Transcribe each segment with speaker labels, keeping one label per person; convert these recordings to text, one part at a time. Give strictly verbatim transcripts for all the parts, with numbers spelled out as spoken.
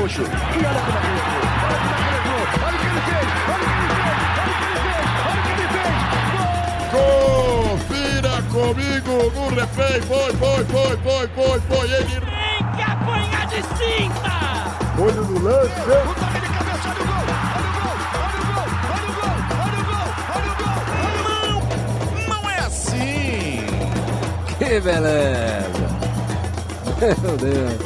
Speaker 1: Gaúcho. E olha como é que ele entrou. Olha como é que ele entrou. Olha o que ele fez. Olha o que ele fez. Olha o que ele fez. Confira comigo no replay. Foi, foi, foi, foi, foi, foi. Ele
Speaker 2: tem que apanhar de cinta.
Speaker 1: Olho no lance. O toque de cabeça. Olha o gol. Olha o gol. Olha o gol. Olha o gol. Olha o gol. Olha o gol.
Speaker 3: Não, não é assim.
Speaker 4: Que beleza. Meu Deus.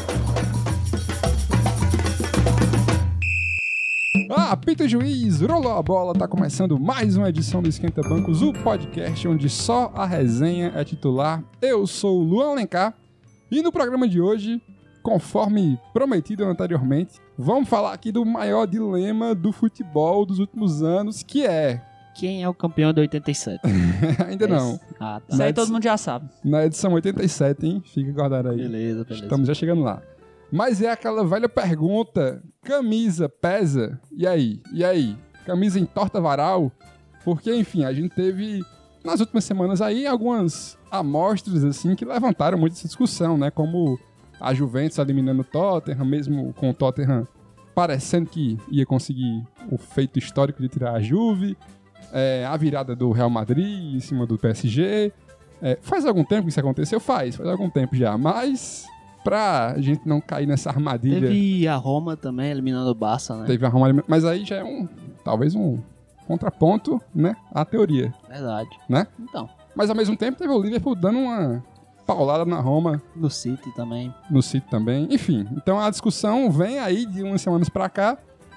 Speaker 5: Ah, apita o juiz, rolou a bola, tá começando mais uma edição do Esquenta Bancos, o podcast onde só a resenha é titular. Eu sou o Luan Alencar e no programa de hoje, conforme prometido anteriormente, vamos falar aqui do maior dilema do futebol dos últimos anos, que é...
Speaker 2: Quem é o campeão de oitenta e sete?
Speaker 5: Ainda é não.
Speaker 2: Ah, tá. Isso aí todo mundo já sabe.
Speaker 5: Na edição oitenta e sete, hein? Fica guardado aí.
Speaker 2: Beleza, beleza.
Speaker 5: Estamos já chegando lá. Mas é aquela velha pergunta, camisa pesa? E aí? E aí? Camisa entorta varal? Porque, enfim, a gente teve, nas últimas semanas aí, algumas amostras, assim, que levantaram muito essa discussão, né? Como a Juventus eliminando o Tottenham, mesmo com o Tottenham parecendo que ia conseguir o feito histórico de tirar a Juve, é, a virada do Real Madrid em cima do P S G. É, faz algum tempo que isso aconteceu? Faz, faz algum tempo já, mas... Pra gente não cair nessa armadilha...
Speaker 2: Teve a Roma também, eliminando o Barça, né?
Speaker 5: Teve a Roma, mas aí já é um... Talvez um contraponto, né? À teoria.
Speaker 2: Verdade.
Speaker 5: Né?
Speaker 2: Então.
Speaker 5: Mas ao mesmo tempo teve o Liverpool dando uma paulada na Roma.
Speaker 2: No City também.
Speaker 5: No City também. Enfim, então a discussão vem aí de umas semanas pra cá.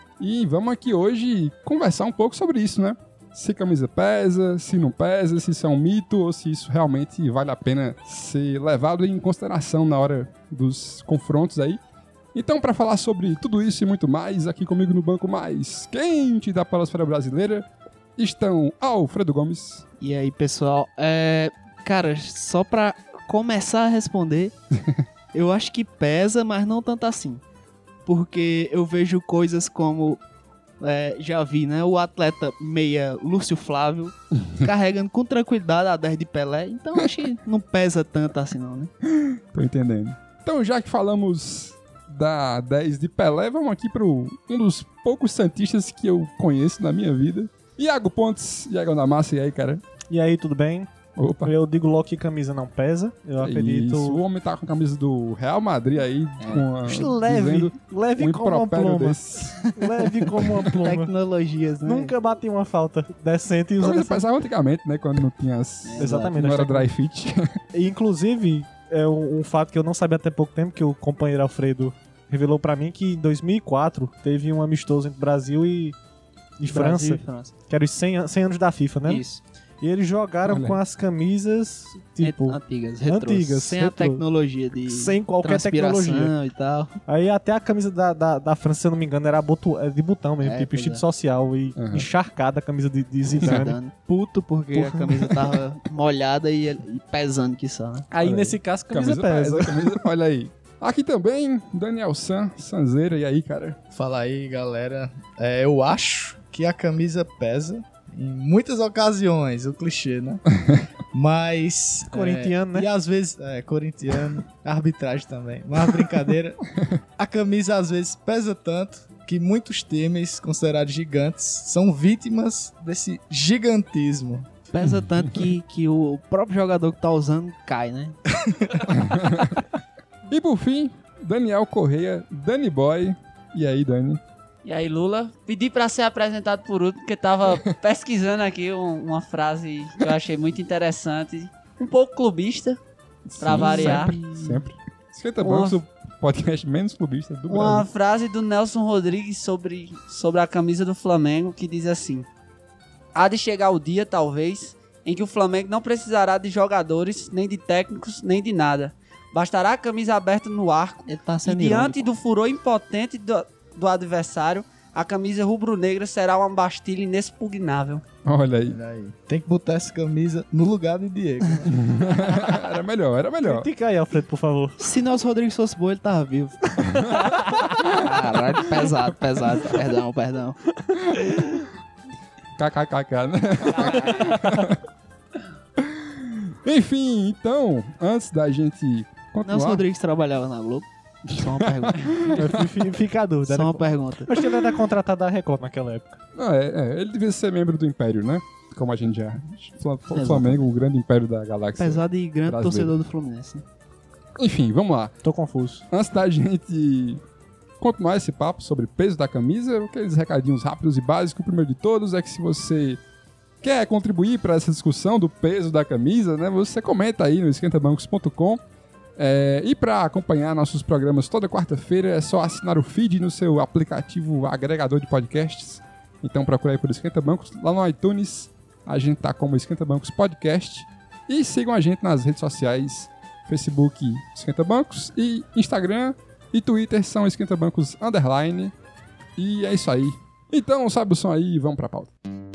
Speaker 5: E vamos aqui hoje conversar um pouco sobre isso, né? Se camisa pesa, se não pesa, se isso é um mito ou se isso realmente vale a pena ser levado em consideração na hora dos confrontos aí. Então, para falar sobre tudo isso e muito mais, aqui comigo no banco mais quente da Palesfera Brasileira, estão Alfredo Gomes.
Speaker 2: E aí, pessoal, é... cara, só pra começar a responder, eu acho que pesa, mas não tanto assim. Porque eu vejo coisas como... É, já vi, né? O atleta meia Lúcio Flávio carregando com tranquilidade a dez de Pelé. Então acho que não pesa tanto assim não, né?
Speaker 5: Tô entendendo. Então já que falamos da dez de Pelé, vamos aqui pro um dos poucos santistas que eu conheço na minha vida. Iago Pontes, Iago da Massa, e aí, cara?
Speaker 6: E aí, tudo bem?
Speaker 5: Opa.
Speaker 6: Eu digo logo que camisa não pesa. Eu acredito...
Speaker 5: Isso, o homem tá com a camisa do Real Madrid aí,
Speaker 2: é.
Speaker 5: com a,
Speaker 6: leve, leve
Speaker 5: um
Speaker 6: como uma pluma.
Speaker 5: Desse.
Speaker 6: Leve como uma pluma.
Speaker 2: Tecnologias, né?
Speaker 6: Nunca bati uma falta decente usando
Speaker 5: Então,
Speaker 6: essa...
Speaker 5: pensava antigamente, né, quando não tinha as...
Speaker 2: É,
Speaker 6: exatamente.
Speaker 5: Não era dry fit.
Speaker 6: E, inclusive, é um, um fato que eu não sabia até pouco tempo, que o companheiro Alfredo revelou pra mim, que em dois mil e quatro teve um amistoso entre Brasil e, e França,
Speaker 2: Brasil e França,
Speaker 6: que era os cem, cem anos da FIFA, né?
Speaker 2: Isso.
Speaker 6: E eles jogaram
Speaker 5: Olha.
Speaker 6: com as camisas, tipo...
Speaker 2: Antigas, retrôs.
Speaker 6: Antigas,
Speaker 2: Sem
Speaker 6: retrô.
Speaker 2: a tecnologia de
Speaker 6: Sem qualquer
Speaker 2: transpiração
Speaker 6: tecnologia.
Speaker 2: e tal.
Speaker 6: Aí até a camisa da, da, da França, se eu não me engano, era botu, é de botão mesmo,
Speaker 2: É,
Speaker 6: tipo
Speaker 2: pois
Speaker 6: estilo
Speaker 2: é.
Speaker 6: social. E
Speaker 5: Uhum.
Speaker 6: encharcada a camisa de, de Zidane.
Speaker 2: Zidane. Puto porque
Speaker 6: Porra.
Speaker 2: a camisa tava molhada e, e pesando que só, né?
Speaker 6: Aí
Speaker 5: Olha
Speaker 6: nesse
Speaker 5: aí.
Speaker 6: caso, a camisa, pesa.
Speaker 5: camisa, olha aí. Aqui também, Daniel San, Sanzeira, e aí, cara?
Speaker 7: Fala aí, galera. É, eu acho que a camisa pesa em muitas ocasiões, o clichê, né? Mas...
Speaker 6: Corintiano,
Speaker 7: é,
Speaker 6: né?
Speaker 7: E às vezes... É, corintiano. Arbitragem também. Mas brincadeira. A camisa às vezes pesa tanto que muitos times considerados gigantes são vítimas desse gigantismo.
Speaker 2: Pesa tanto que, que o próprio jogador que tá usando cai, né?
Speaker 5: E por fim, Daniel Correia, Dani Boy. E aí, Dani?
Speaker 8: E aí, Lula, pedi pra ser apresentado por último, porque tava pesquisando aqui um, uma frase que eu achei muito interessante, um pouco clubista, pra
Speaker 5: Sim,
Speaker 8: variar.
Speaker 5: Sempre, sempre. Esquenta
Speaker 8: Uma-
Speaker 5: Bancos, o podcast menos clubista do
Speaker 8: Uma
Speaker 5: Brasil.
Speaker 8: frase do Nelson Rodrigues sobre, sobre a camisa do Flamengo, que diz assim: há de chegar o dia, talvez, em que o Flamengo não precisará de jogadores, nem de técnicos, nem de nada. Bastará a camisa aberta no arco
Speaker 2: Ele tá
Speaker 8: e
Speaker 2: sendo
Speaker 8: diante
Speaker 2: irônico.
Speaker 8: do furor impotente do, do adversário, a camisa rubro-negra será uma bastilha inexpugnável.
Speaker 5: Olha aí.
Speaker 7: Olha aí. Tem que botar essa camisa no lugar do Diego. Né?
Speaker 5: Era melhor, era melhor.
Speaker 6: Critica aí, Alfredo, por favor.
Speaker 2: Se Nelson Rodrigues fosse bom, ele tava vivo. Caralho, pesado, pesado. Perdão, perdão.
Speaker 5: KKKK, né? Enfim, então, antes da gente
Speaker 2: Nelson
Speaker 5: continuar...
Speaker 2: Rodrigues trabalhava na Globo. Só uma pergunta.
Speaker 6: Fica a dúvida.
Speaker 2: Só
Speaker 6: Era...
Speaker 2: uma pergunta.
Speaker 6: Acho que ele era contratado da Record naquela época.
Speaker 5: Não, é, é, ele devia ser membro do Império, né? Como a gente já... Fla- Flamengo, o grande império da galáxia.
Speaker 2: Apesar de grande
Speaker 5: brasileiro.
Speaker 2: torcedor do Fluminense. né?
Speaker 5: Enfim, vamos lá.
Speaker 6: Tô confuso.
Speaker 5: Antes da gente continuar esse papo sobre peso da camisa, aqueles recadinhos rápidos e básicos. O primeiro de todos é que se você quer contribuir para essa discussão do peso da camisa, né, você comenta aí no esquenta bancos ponto com. É, e para acompanhar nossos programas toda quarta-feira é só assinar o feed no seu aplicativo agregador de podcasts. Então procura aí por Esquenta Bancos. Lá no iTunes a gente tá como Esquenta Bancos Podcast. E sigam a gente nas redes sociais, Facebook Esquenta Bancos e Instagram e Twitter são Esquenta Bancos Underline. E é isso aí. Então sobe o som aí e vamos pra pauta.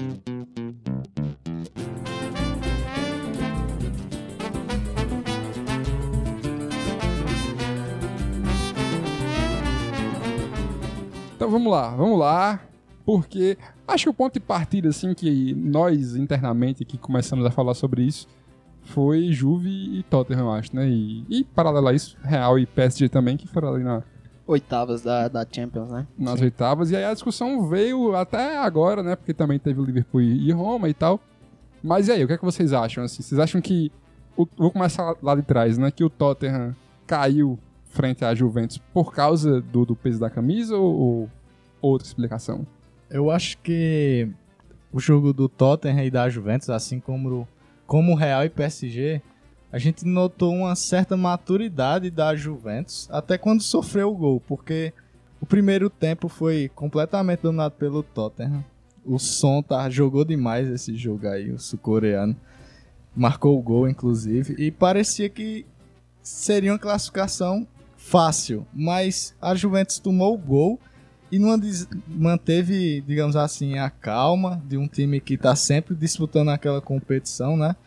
Speaker 5: Então vamos lá, vamos lá, porque acho que o ponto de partida, assim, que nós internamente aqui começamos a falar sobre isso, foi Juve e Tottenham, eu acho, né? E, e paralelo a isso, Real e P S G também, que foram ali na,
Speaker 2: Oitavas da, da Champions, né?
Speaker 5: nas oitavas. E aí a discussão veio até agora, né? Porque também teve o Liverpool e Roma e tal. Mas e aí, o que é que vocês acham? Assim, vocês acham que... O, vou começar lá de trás, né? Que o Tottenham caiu frente à Juventus por causa do, do peso da camisa ou, ou outra explicação?
Speaker 7: Eu acho que o jogo do Tottenham e da Juventus, assim como, como o Real e P S G, a gente notou uma certa maturidade da Juventus até quando sofreu o gol, porque o primeiro tempo foi completamente dominado pelo Tottenham. O Son tá, jogou demais esse jogo aí, o sul-coreano. Marcou o gol, inclusive, e parecia que seria uma classificação fácil, mas a Juventus tomou o gol e não des- manteve, digamos assim, a calma de um time que tá sempre disputando aquela competição, né?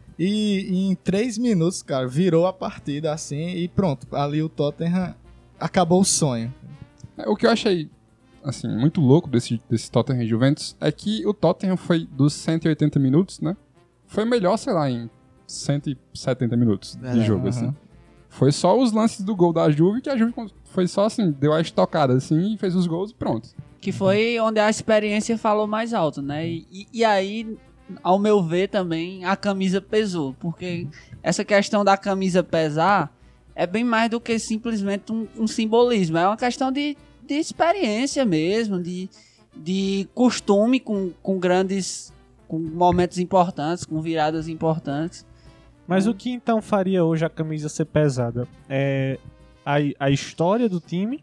Speaker 7: E, e em três minutos, cara, virou a partida assim e pronto, ali o Tottenham acabou o sonho.
Speaker 5: O que eu achei, assim, muito louco desse, desse Tottenham e Juventus é que o Tottenham foi dos cento e oitenta minutos, né? Foi melhor, sei lá, em cento e setenta minutos de
Speaker 2: É,
Speaker 5: jogo,
Speaker 7: uhum.
Speaker 5: assim. Foi só os lances do gol da Juve que a Juve foi só assim, deu a estocada assim e fez os gols e pronto.
Speaker 8: Que foi onde a experiência falou mais alto, né? E, e aí, ao meu ver também, a camisa pesou. Porque essa questão da camisa pesar é bem mais do que simplesmente um, um simbolismo. É uma questão de, de experiência mesmo, de, de costume com, com grandes... com momentos importantes, com viradas importantes.
Speaker 6: Mas o que então faria hoje a camisa ser pesada? É a, a história do time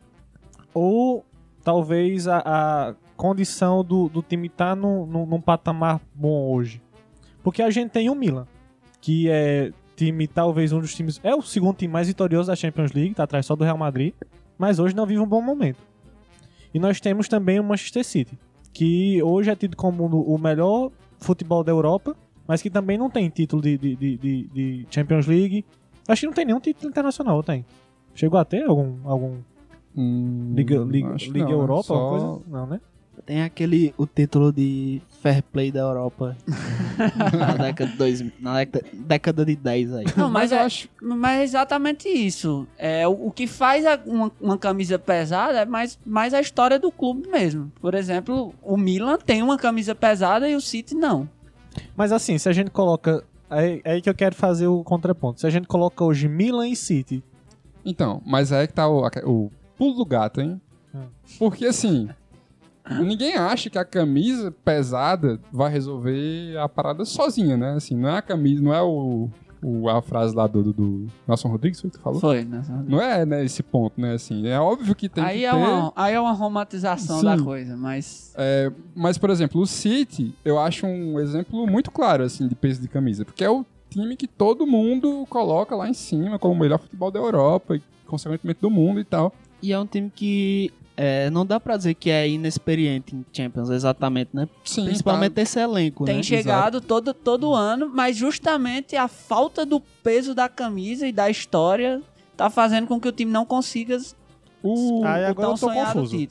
Speaker 6: ou talvez a, a condição do, do time estar tá num, num, num patamar bom hoje? Porque a gente tem o Milan, que é time, talvez um dos times... É o segundo time mais vitorioso da Champions League, tá atrás só do Real Madrid, mas hoje não vive um bom momento. E nós temos também o Manchester City, que hoje é tido como o melhor futebol da Europa, mas que também não tem título de, de, de, de, de Champions League. Acho que não tem nenhum título internacional, tem? Chegou a ter algum... algum
Speaker 5: Hum,
Speaker 6: Liga, Liga,
Speaker 5: acho que
Speaker 6: Liga
Speaker 5: não, né?
Speaker 6: Europa,
Speaker 5: Só-
Speaker 6: alguma coisa? Não, né?
Speaker 2: Tem aquele, o título de Fair Play da Europa na década de dois mil, na década, década de dez aí.
Speaker 8: Não, mas,
Speaker 5: Mas eu
Speaker 8: é,
Speaker 5: acho-
Speaker 8: mas é exatamente isso. É, o, o que faz a- uma, uma camisa pesada é mais, mais a história do clube mesmo. Por exemplo, o Milan tem uma camisa pesada e o City não.
Speaker 6: Mas assim, se a gente coloca... É, é aí que eu quero fazer o contraponto. Se a gente coloca hoje Milan e City...
Speaker 5: Então, mas aí que tá o, o pulo do gato, hein?
Speaker 6: Hum.
Speaker 5: Porque assim, ninguém acha que a camisa pesada vai resolver a parada sozinha, né? Assim, não é a camisa, não é o, o- a frase lá do, do, do Nelson Rodrigues, foi que tu falou?
Speaker 8: Foi, né?
Speaker 5: Não é, né, esse ponto, né? Assim, é óbvio que tem
Speaker 8: Aí
Speaker 5: que
Speaker 8: é,
Speaker 5: ter...
Speaker 8: uma, aí é uma romantização
Speaker 5: Sim.
Speaker 8: da coisa, mas...
Speaker 5: É, mas, por exemplo, o City, eu acho um exemplo muito claro, assim, de peso de camisa. Porque é o time que todo mundo coloca lá em cima como o melhor futebol da Europa e, consequentemente, do mundo e tal.
Speaker 2: E é um time que é, não dá pra dizer que é inexperiente em Champions, exatamente, né?
Speaker 5: Sim,
Speaker 2: Principalmente
Speaker 5: tá-
Speaker 2: esse elenco,
Speaker 8: Tem
Speaker 2: né?
Speaker 8: chegado todo, todo ano, mas justamente a falta do peso da camisa e da história tá fazendo com que o time não consiga
Speaker 5: O,
Speaker 6: Aí
Speaker 8: o
Speaker 6: agora
Speaker 8: tão
Speaker 6: eu tô
Speaker 8: sonhado
Speaker 6: confuso.
Speaker 8: título.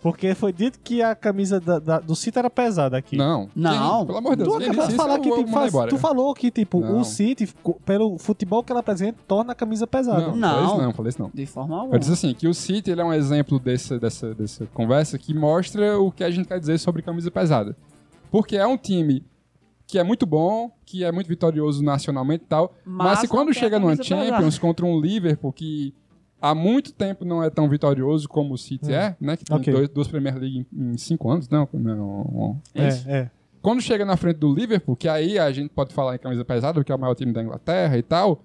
Speaker 6: Porque foi dito que a camisa da- da- do City era pesada aqui.
Speaker 5: Não.
Speaker 8: Não.
Speaker 5: Quem- pelo amor de
Speaker 6: Tu
Speaker 5: Deus, quem
Speaker 6: acabou
Speaker 5: disse
Speaker 6: de
Speaker 5: isso,
Speaker 6: falar
Speaker 5: eu
Speaker 6: que,
Speaker 5: vou
Speaker 6: tipo,
Speaker 5: mandar
Speaker 6: faz-
Speaker 5: embora.
Speaker 6: tu falou que, tipo,
Speaker 5: Não.
Speaker 6: o City, co- pelo futebol que ela apresenta, torna a camisa pesada.
Speaker 5: Não,
Speaker 8: Não.
Speaker 5: falei isso não, falei isso não.
Speaker 8: De forma
Speaker 5: Eu
Speaker 8: alguma.
Speaker 5: disse assim, que o City ele é um exemplo dessa, dessa, dessa conversa que mostra o que a gente quer dizer sobre camisa pesada. Porque é um time que é muito bom, que é muito vitorioso nacionalmente e tal, mas,
Speaker 8: Mas
Speaker 5: se
Speaker 8: não
Speaker 5: quando
Speaker 8: tem a
Speaker 5: chega numa
Speaker 8: camisa
Speaker 5: Champions
Speaker 8: pesada.
Speaker 5: contra um Liverpool que há muito tempo não é tão vitorioso como o City é, né? Que tem
Speaker 6: Ok.
Speaker 5: dois, duas Premier League em, em cinco anos, não? não
Speaker 6: É,
Speaker 5: isso?
Speaker 6: é.
Speaker 5: Quando chega na frente do Liverpool, que aí a gente pode falar em camisa pesada, porque é o maior time da Inglaterra e tal,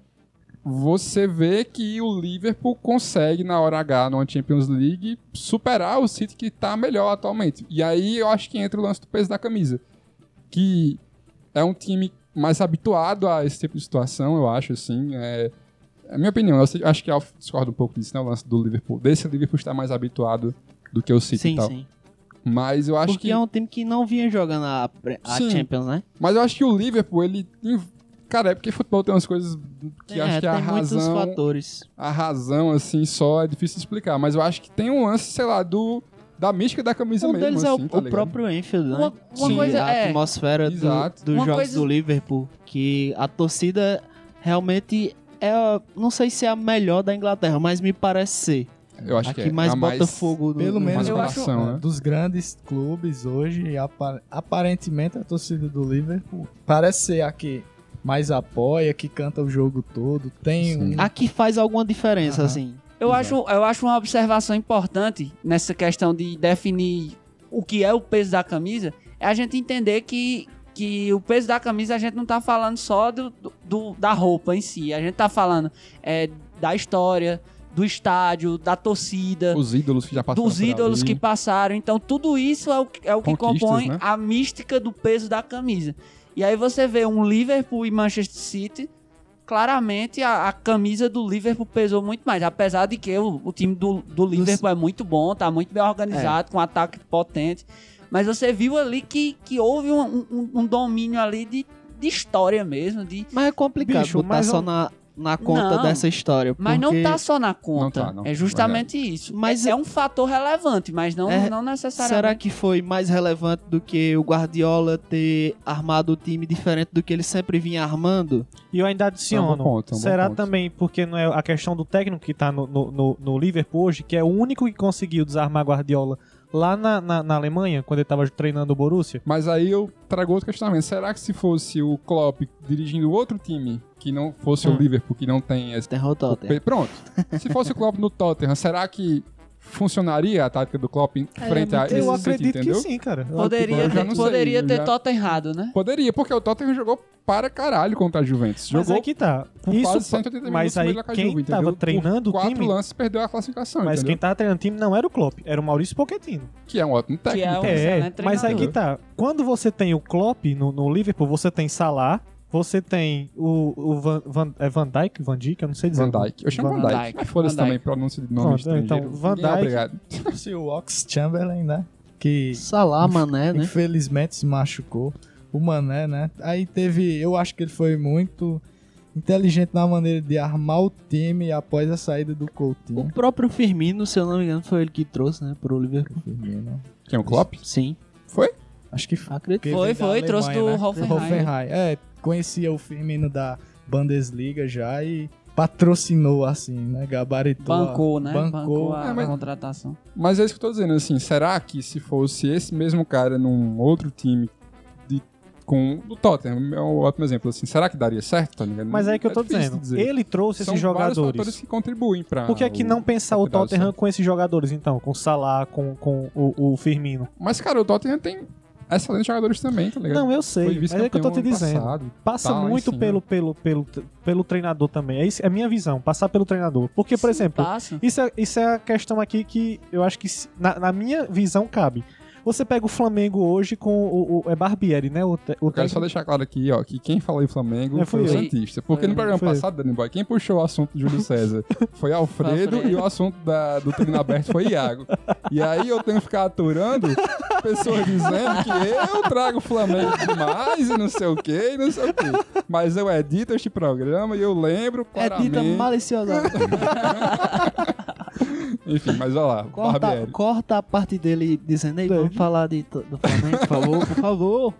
Speaker 5: você vê que o Liverpool consegue, na hora H, numa Champions League, superar o City que tá melhor atualmente. E aí eu acho que entra o lance do peso da camisa. Que é um time mais habituado a esse tipo de situação, eu acho, assim. É, é a minha opinião. Eu sei- acho que eu discordo um pouco disso, né? O lance do Liverpool. Desse Liverpool está mais habituado do que o City e
Speaker 2: Sim,
Speaker 5: tal.
Speaker 2: sim.
Speaker 5: Mas eu acho
Speaker 2: Porque
Speaker 5: que...
Speaker 2: é um time que não vinha jogando a, pre- a
Speaker 5: Sim.
Speaker 2: Champions, né?
Speaker 5: Mas eu acho que o Liverpool, ele... Cara, é porque futebol tem umas coisas que
Speaker 2: é,
Speaker 5: acho que a
Speaker 2: tem muitos
Speaker 5: razão...
Speaker 2: fatores.
Speaker 5: A razão, assim, só é difícil de explicar. Mas eu acho que tem um lance, sei lá, do... Da mística da camisa
Speaker 2: Um
Speaker 5: mesmo,
Speaker 2: deles
Speaker 5: assim,
Speaker 2: é o,
Speaker 5: tá
Speaker 2: o
Speaker 5: ligado?
Speaker 2: próprio Anfield, né?
Speaker 8: Uma- uma
Speaker 2: Que
Speaker 8: coisa
Speaker 2: a
Speaker 8: é-
Speaker 2: atmosfera do-
Speaker 5: Exato.
Speaker 2: dos
Speaker 8: Uma
Speaker 2: jogos
Speaker 8: coisa-
Speaker 2: do Liverpool, que a torcida realmente é, a- não sei se é a melhor da Inglaterra, mas me parece ser.
Speaker 5: Eu acho
Speaker 2: a
Speaker 5: que
Speaker 2: que
Speaker 5: é
Speaker 2: mais
Speaker 5: a
Speaker 2: bota
Speaker 5: mais...
Speaker 2: fogo no,
Speaker 7: Pelo
Speaker 2: no
Speaker 7: menos
Speaker 5: mais
Speaker 7: eu
Speaker 8: acho-
Speaker 5: coração,
Speaker 7: é,
Speaker 5: né?
Speaker 7: dos grandes clubes hoje, apa- aparentemente a torcida do Liverpool parece ser a que mais apoia, que canta o jogo todo. Tem
Speaker 5: Sim.
Speaker 7: um.
Speaker 2: A que faz alguma diferença,
Speaker 7: Aham.
Speaker 2: assim.
Speaker 8: Eu acho, eu acho uma observação importante nessa questão de definir o que é o peso da camisa, é a gente entender que, que o peso da camisa a gente não tá falando só do, do- da roupa em si, a gente tá falando é, da história, do estádio, da torcida,
Speaker 5: Os ídolos que já passaram
Speaker 8: dos
Speaker 5: por
Speaker 8: ídolos
Speaker 5: ali.
Speaker 8: que passaram. Então, tudo isso é o, que- é o que
Speaker 5: Conquistas,
Speaker 8: compõe
Speaker 5: né?
Speaker 8: a mística do peso da camisa. E aí você vê um Liverpool e Manchester City, claramente a, a camisa do Liverpool pesou muito mais. Apesar de que o, o time do, do Liverpool é muito bom, tá muito bem organizado, com um ataque potente. Mas você viu ali que, que houve um, um- um domínio ali de, de história mesmo, de...
Speaker 2: Mas é complicado
Speaker 6: Bicho,
Speaker 2: botar
Speaker 6: mas
Speaker 2: só
Speaker 6: eu-
Speaker 2: na, na conta
Speaker 8: Não,
Speaker 2: dessa história.
Speaker 8: Mas
Speaker 2: porque...
Speaker 8: não tá só na conta.
Speaker 5: Não tá, não.
Speaker 8: É justamente isso.
Speaker 2: Mas
Speaker 8: é, é um fator relevante, mas não,
Speaker 2: É-
Speaker 8: não necessariamente.
Speaker 2: Será que foi mais relevante do que o Guardiola ter armado o time diferente do que ele sempre vinha armando?
Speaker 6: E eu ainda adiciono,
Speaker 5: É um bom ponto, é um bom
Speaker 6: será
Speaker 5: ponto.
Speaker 6: também porque não é a questão do técnico que tá no, no, no- no Liverpool hoje, que é o único que conseguiu desarmar Guardiola lá na, na, na Alemanha, quando ele tava treinando o Borussia?
Speaker 5: Mas aí eu trago outro questionamento. Será que se fosse o Klopp dirigindo outro time, que não fosse
Speaker 6: Hum.
Speaker 5: o Liverpool, que não tem esse...
Speaker 2: Derrotou o Tottenham.
Speaker 5: Pronto. Se fosse o Klopp no Tottenham, será que funcionaria a tática do Klopp em frente a esse
Speaker 6: Eu
Speaker 5: City,
Speaker 6: acredito
Speaker 5: entendeu?
Speaker 6: que sim, cara. Eu
Speaker 8: Poderia
Speaker 5: Eu já
Speaker 8: ter,
Speaker 5: não sei,
Speaker 8: poderia
Speaker 5: eu
Speaker 8: ter
Speaker 5: já-
Speaker 8: Tottenham errado, né?
Speaker 5: Poderia, porque o Tottenham jogou para caralho contra a Juventus.
Speaker 6: Mas
Speaker 5: Jogou
Speaker 6: aí que tá.
Speaker 5: por
Speaker 6: Isso,
Speaker 5: quase cento e oitenta
Speaker 6: mas
Speaker 5: minutos
Speaker 6: aí
Speaker 5: melhor que a
Speaker 6: quem
Speaker 5: Juve,
Speaker 6: tava
Speaker 5: entendeu?
Speaker 6: treinando o
Speaker 5: Por quatro
Speaker 6: time,
Speaker 5: lances perdeu a classificação,
Speaker 6: mas
Speaker 5: entendeu?
Speaker 6: quem tava treinando o time não era o Klopp, era o Maurício Pochettino.
Speaker 5: Que é um ótimo técnico.
Speaker 8: Que é um
Speaker 6: É,
Speaker 8: excelente
Speaker 6: mas aí que
Speaker 8: treinador.
Speaker 6: tá. Quando você tem o Klopp no, no Liverpool, você tem Salah, você tem o, o Van, Van, é Van Dijk, Van Dijk, eu não sei dizer.
Speaker 5: Van Dijk. Eu chamo
Speaker 8: Van
Speaker 5: Van Dijk.
Speaker 8: Dijk.
Speaker 5: Mas foda-se
Speaker 8: Van Dijk.
Speaker 5: também, pronúncia de nome
Speaker 6: Pronto,
Speaker 5: estrangeiro.
Speaker 6: então, Van
Speaker 5: Ninguém é
Speaker 6: Dijk-
Speaker 5: obrigado.
Speaker 7: Se o Ox Chamberlain, né? Que
Speaker 2: Salah, Mané, né?
Speaker 7: infelizmente se machucou. O Mané, né? Aí teve. Eu acho que ele foi muito inteligente na maneira de armar o time após a saída do
Speaker 2: O
Speaker 7: Coutinho.
Speaker 2: próprio Firmino, se eu não me engano, foi ele que trouxe, né, pro Liverpool.
Speaker 7: Firmino.
Speaker 5: Quem é o Klopp?
Speaker 2: Sim,
Speaker 5: Foi?
Speaker 7: Acho que foi.
Speaker 2: acredito.
Speaker 7: Porque
Speaker 8: Foi,
Speaker 7: veio da
Speaker 8: foi, trouxe do
Speaker 7: Alemanha,
Speaker 8: Hoffenheim.
Speaker 7: Hoffenheim. É, conhecia o Firmino da Bundesliga já e patrocinou assim, né? Gabaritou. a-
Speaker 8: Bancou, né?
Speaker 7: Bancou.
Speaker 8: Bancou a
Speaker 5: É, mas-
Speaker 8: contratação.
Speaker 5: Mas é isso que eu tô dizendo, assim, será que se fosse esse mesmo cara num outro time de, com o Tottenham, é um ótimo exemplo, assim, será que daria certo, tá ligado?
Speaker 6: Mas é aí que eu tô
Speaker 5: difícil
Speaker 6: dizendo.
Speaker 5: de dizer.
Speaker 6: Ele trouxe
Speaker 5: São
Speaker 6: esses
Speaker 5: vários
Speaker 6: jogadores.
Speaker 5: fatores que contribuem pra...
Speaker 6: Por que é que
Speaker 5: o-
Speaker 6: não pensar o
Speaker 5: pra dar
Speaker 6: Tottenham
Speaker 5: certo?
Speaker 6: com esses jogadores, então? Com o Salah, com, com o, o Firmino?
Speaker 5: Mas, cara, o Tottenham tem excelentes jogadores também, tá ligado?
Speaker 6: Não, eu
Speaker 5: Foi
Speaker 6: sei, mas é que eu tô te
Speaker 5: vice-campeão ano
Speaker 6: dizendo.
Speaker 5: passado,
Speaker 6: Passa
Speaker 5: tá lá em
Speaker 6: muito
Speaker 5: cima.
Speaker 6: pelo, pelo, pelo, pelo treinador também. É, isso, é a minha visão, passar pelo treinador. Porque, por
Speaker 8: Sim,
Speaker 6: exemplo,
Speaker 8: passa.
Speaker 6: isso é, isso é a questão aqui que eu acho que, se- na, na minha visão, cabe. Você pega o Flamengo hoje com o, o é Barbieri, né? O, te- o
Speaker 5: Eu quero só
Speaker 6: técnico-
Speaker 5: deixar claro aqui, ó, que quem falou em Flamengo
Speaker 6: É,
Speaker 5: foi
Speaker 6: fui
Speaker 5: o
Speaker 6: eu.
Speaker 5: Santista. Porque
Speaker 8: Foi
Speaker 5: no
Speaker 8: eu.
Speaker 5: programa
Speaker 6: Foi eu.
Speaker 5: passado, Dani Boy, quem puxou o assunto do Júlio César foi Alfredo
Speaker 8: Alfredo.
Speaker 5: e o assunto da- do treino aberto foi Iago. E aí eu tenho que ficar aturando pessoas dizendo que eu trago o Flamengo demais e não sei o quê, e não sei o quê. Mas eu edito este programa e eu lembro
Speaker 2: É dita
Speaker 5: claramente...
Speaker 2: maliciosa.
Speaker 5: Enfim, mas olha lá,
Speaker 2: Corta,
Speaker 5: Barbieri.
Speaker 2: corta a parte dele dizendo aí, vamos falar de, do Flamengo, por favor, por favor.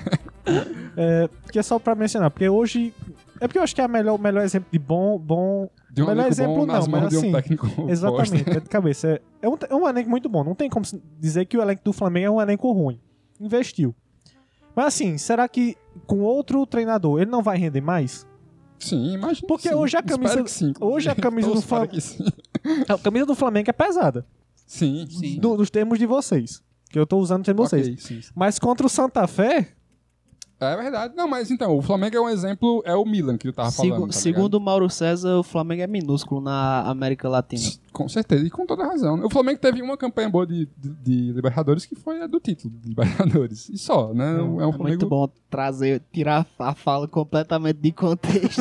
Speaker 6: É, que é só pra mencionar, porque hoje... É porque eu acho que é o melhor, o melhor exemplo de bom... bom
Speaker 5: De um
Speaker 6: melhor
Speaker 5: elenco
Speaker 6: exemplo
Speaker 5: bom
Speaker 6: não,
Speaker 5: nas mãos
Speaker 6: mas
Speaker 5: de um
Speaker 6: assim...
Speaker 5: técnico
Speaker 6: Exatamente,
Speaker 5: bosta.
Speaker 6: é de cabeça. É, é, um, é um elenco muito bom. Não tem como dizer que o elenco do Flamengo é um elenco ruim. Investiu. Mas assim, será que com outro treinador ele não vai render mais?
Speaker 5: Sim, imagina.
Speaker 6: Porque
Speaker 5: sim.
Speaker 6: hoje a
Speaker 5: Espero
Speaker 6: camisa-
Speaker 5: que sim,
Speaker 6: hoje a camisa do
Speaker 5: Todos
Speaker 6: Flam-
Speaker 5: para que sim.
Speaker 6: A camisa do Flamengo é pesada.
Speaker 5: Sim,
Speaker 8: Sim.
Speaker 6: Do- dos termos de vocês. Que eu tô usando o termo de vocês.
Speaker 5: Ok, sim, sim.
Speaker 6: Mas contra o Santa Fé,
Speaker 5: É verdade. Não, mas então, o Flamengo é um exemplo, é o Milan que eu tava
Speaker 2: Segu-
Speaker 5: falando. tá
Speaker 2: segundo o Mauro César, o Flamengo é minúsculo na América Latina.
Speaker 5: ligado? Com certeza, e com toda razão. O Flamengo teve uma campanha boa de, de, de Libertadores que foi a do título de Libertadores. E só, né? É um
Speaker 2: É
Speaker 5: Flamengo.
Speaker 2: muito bom trazer, tirar a fala completamente de contexto